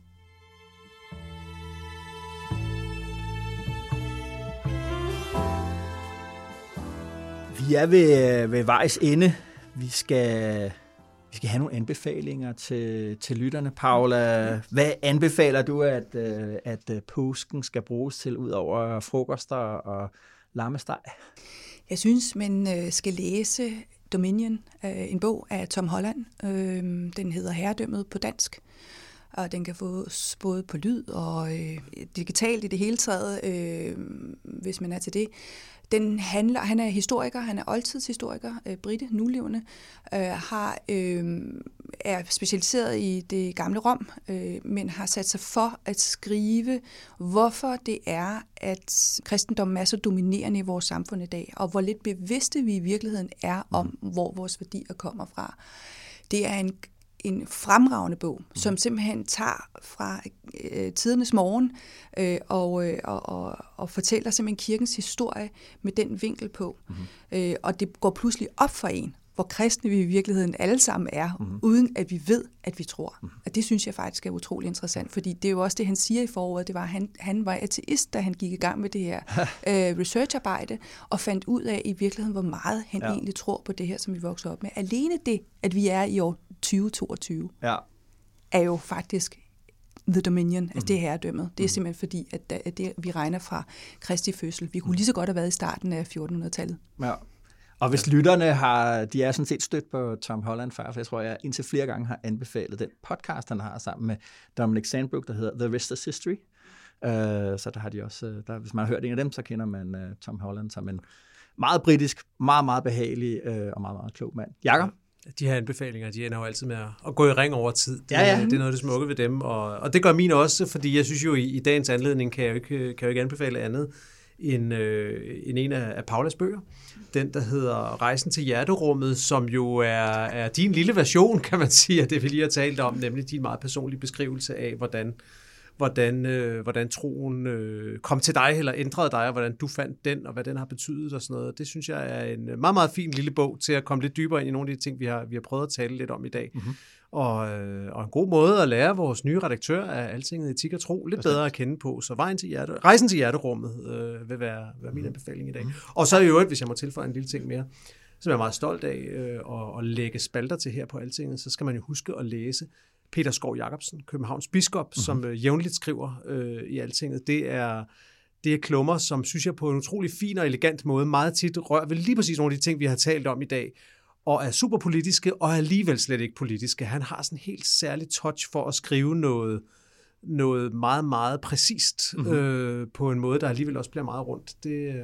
Vi er ved, ved vejs ende. Vi skal... Vi skal have nogle anbefalinger til, til lytterne. Paula, hvad anbefaler du, at, at påsken skal bruges til, ud over frokoster og lammesteg? Jeg synes, man skal læse Dominion, en bog af Tom Holland. Den hedder Herredømmet på dansk, og den kan fås både på lyd og digitalt i det hele taget, hvis man er til det. Den handler, han er historiker, han er oldtidshistoriker, øh, Britte, nulevende, øh, har, øh, er specialiseret i det gamle Rom, øh, men har sat sig for at skrive, hvorfor det er, at kristendommen er så dominerende i vores samfund i dag, og hvor lidt bevidste vi i virkeligheden er om, hvor vores værdier kommer fra. Det er en en fremragende bog, som simpelthen tager fra øh, tidernes morgen øh, og, øh, og, og, og fortæller simpelthen kirkens historie med den vinkel på. Mm-hmm. Øh, og det går pludselig op for en, hvor kristne vi i virkeligheden alle sammen er, mm-hmm. uden at vi ved, at vi tror. Mm-hmm. Og det synes jeg faktisk er utrolig interessant, fordi det er jo også det, han siger i foråret, det var, at han, han var ateist, da han gik i gang med det her øh, researcharbejde, og fandt ud af i virkeligheden, hvor meget han ja. egentlig tror på det her, som vi voksede op med. Alene det, at vi er i år tyve toogtyve, ja. er jo faktisk The Dominion, mm-hmm. altså det herredømmet. Det er simpelthen fordi, at, at det, vi regner fra Kristi fødsel. Vi kunne lige så godt have været i starten af fjortenhundredetallet. Ja. Og hvis lytterne har, de er sådan set stødt på Tom Holland før, for jeg tror, jeg indtil flere gange har anbefalet den podcast, han har sammen med Dominic Sandbrook, der hedder The Rest is History. Uh, så der har de også, der, hvis man har hørt en af dem, så kender man uh, Tom Holland som en meget britisk, meget, meget behagelig uh, og meget, meget klog mand. Jakob? De her anbefalinger, de ender jo altid med at gå i ring over tid. Det, ja, ja. det er noget af det smukke ved dem, og, og det gør min også, fordi jeg synes jo, i, i dagens anledning kan jeg jo ikke, kan jeg jo ikke anbefale andet end, øh, end en af, af Paulas bøger. Den, der hedder Rejsen til hjerterummet, som jo er, er din lille version, kan man sige, af det, vi lige har talt om, nemlig din meget personlige beskrivelse af, hvordan, hvordan, øh, hvordan troen øh, kom til dig, eller ændrede dig, og hvordan du fandt den, og hvad den har betydet og sådan noget. Det synes jeg er en meget, meget fin lille bog til at komme lidt dybere ind i nogle af de ting, vi har, vi har prøvet at tale lidt om i dag. Mm-hmm. Og, øh, og en god måde at lære vores nye redaktør af Altinget Etik og Tro lidt bedre at kende på. Så vejen til hjerte, rejsen til hjerterummet øh, vil være, være min anbefaling i dag. Og så i øvrigt, hvis jeg må tilføje en lille ting mere, som jeg er meget stolt af øh, at, at lægge spalter til her på Altinget, så skal man jo huske at læse Peter Skov Jacobsen, Københavns biskop, mm-hmm. som øh, jævnligt skriver øh, i Altinget. Det er, det er klummer, som synes jeg på en utrolig fin og elegant måde meget tit rører ved lige præcis nogle af de ting, vi har talt om i dag, og er super politiske, og alligevel slet ikke politiske. Han har sådan en helt særlig touch for at skrive noget, noget meget, meget præcist, mm-hmm. øh, på en måde, der alligevel også bliver meget rundt. Det, øh, det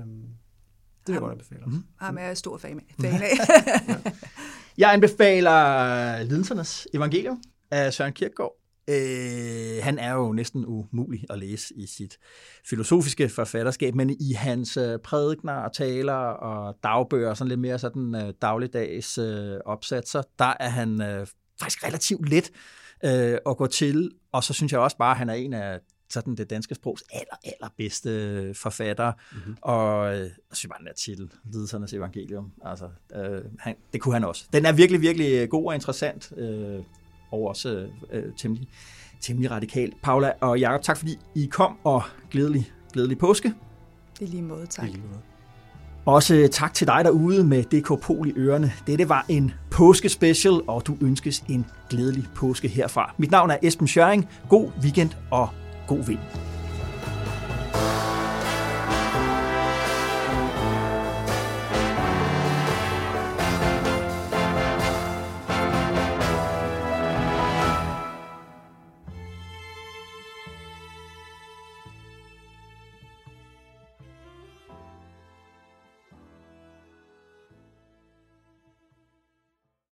vil jeg godt anbefale. Mm-hmm. Ham er jeg stor fan af. Ja. Jeg anbefaler Lidelsernes Evangelium af Søren Kierkegaard. Øh, han er jo næsten umulig at læse i sit filosofiske forfatterskab, men i hans øh, prædikener og taler og dagbøger, sådan lidt mere sådan øh, dagligdags øh, opsatser, der er han øh, faktisk relativt let øh, at gå til, og så synes jeg også bare, at han er en af sådan det danske sprogs aller, allerbedste forfattere, mm-hmm. og øh, jeg synes bare, den der titel, Lidelsernes Evangelium, altså, øh, han, det kunne han også. Den er virkelig, virkelig god og interessant, øh, og også øh, temmelig, temmelig radikal. Paula og Jakob, tak fordi I kom, og glædelig, glædelig påske. I lige måde, tak. I lige måde. Også tak til dig derude med D K Pol i ørerne. Dette var en påskespecial, og du ønskes en glædelig påske herfra. Mit navn er Esben Schøring. God weekend og god vind.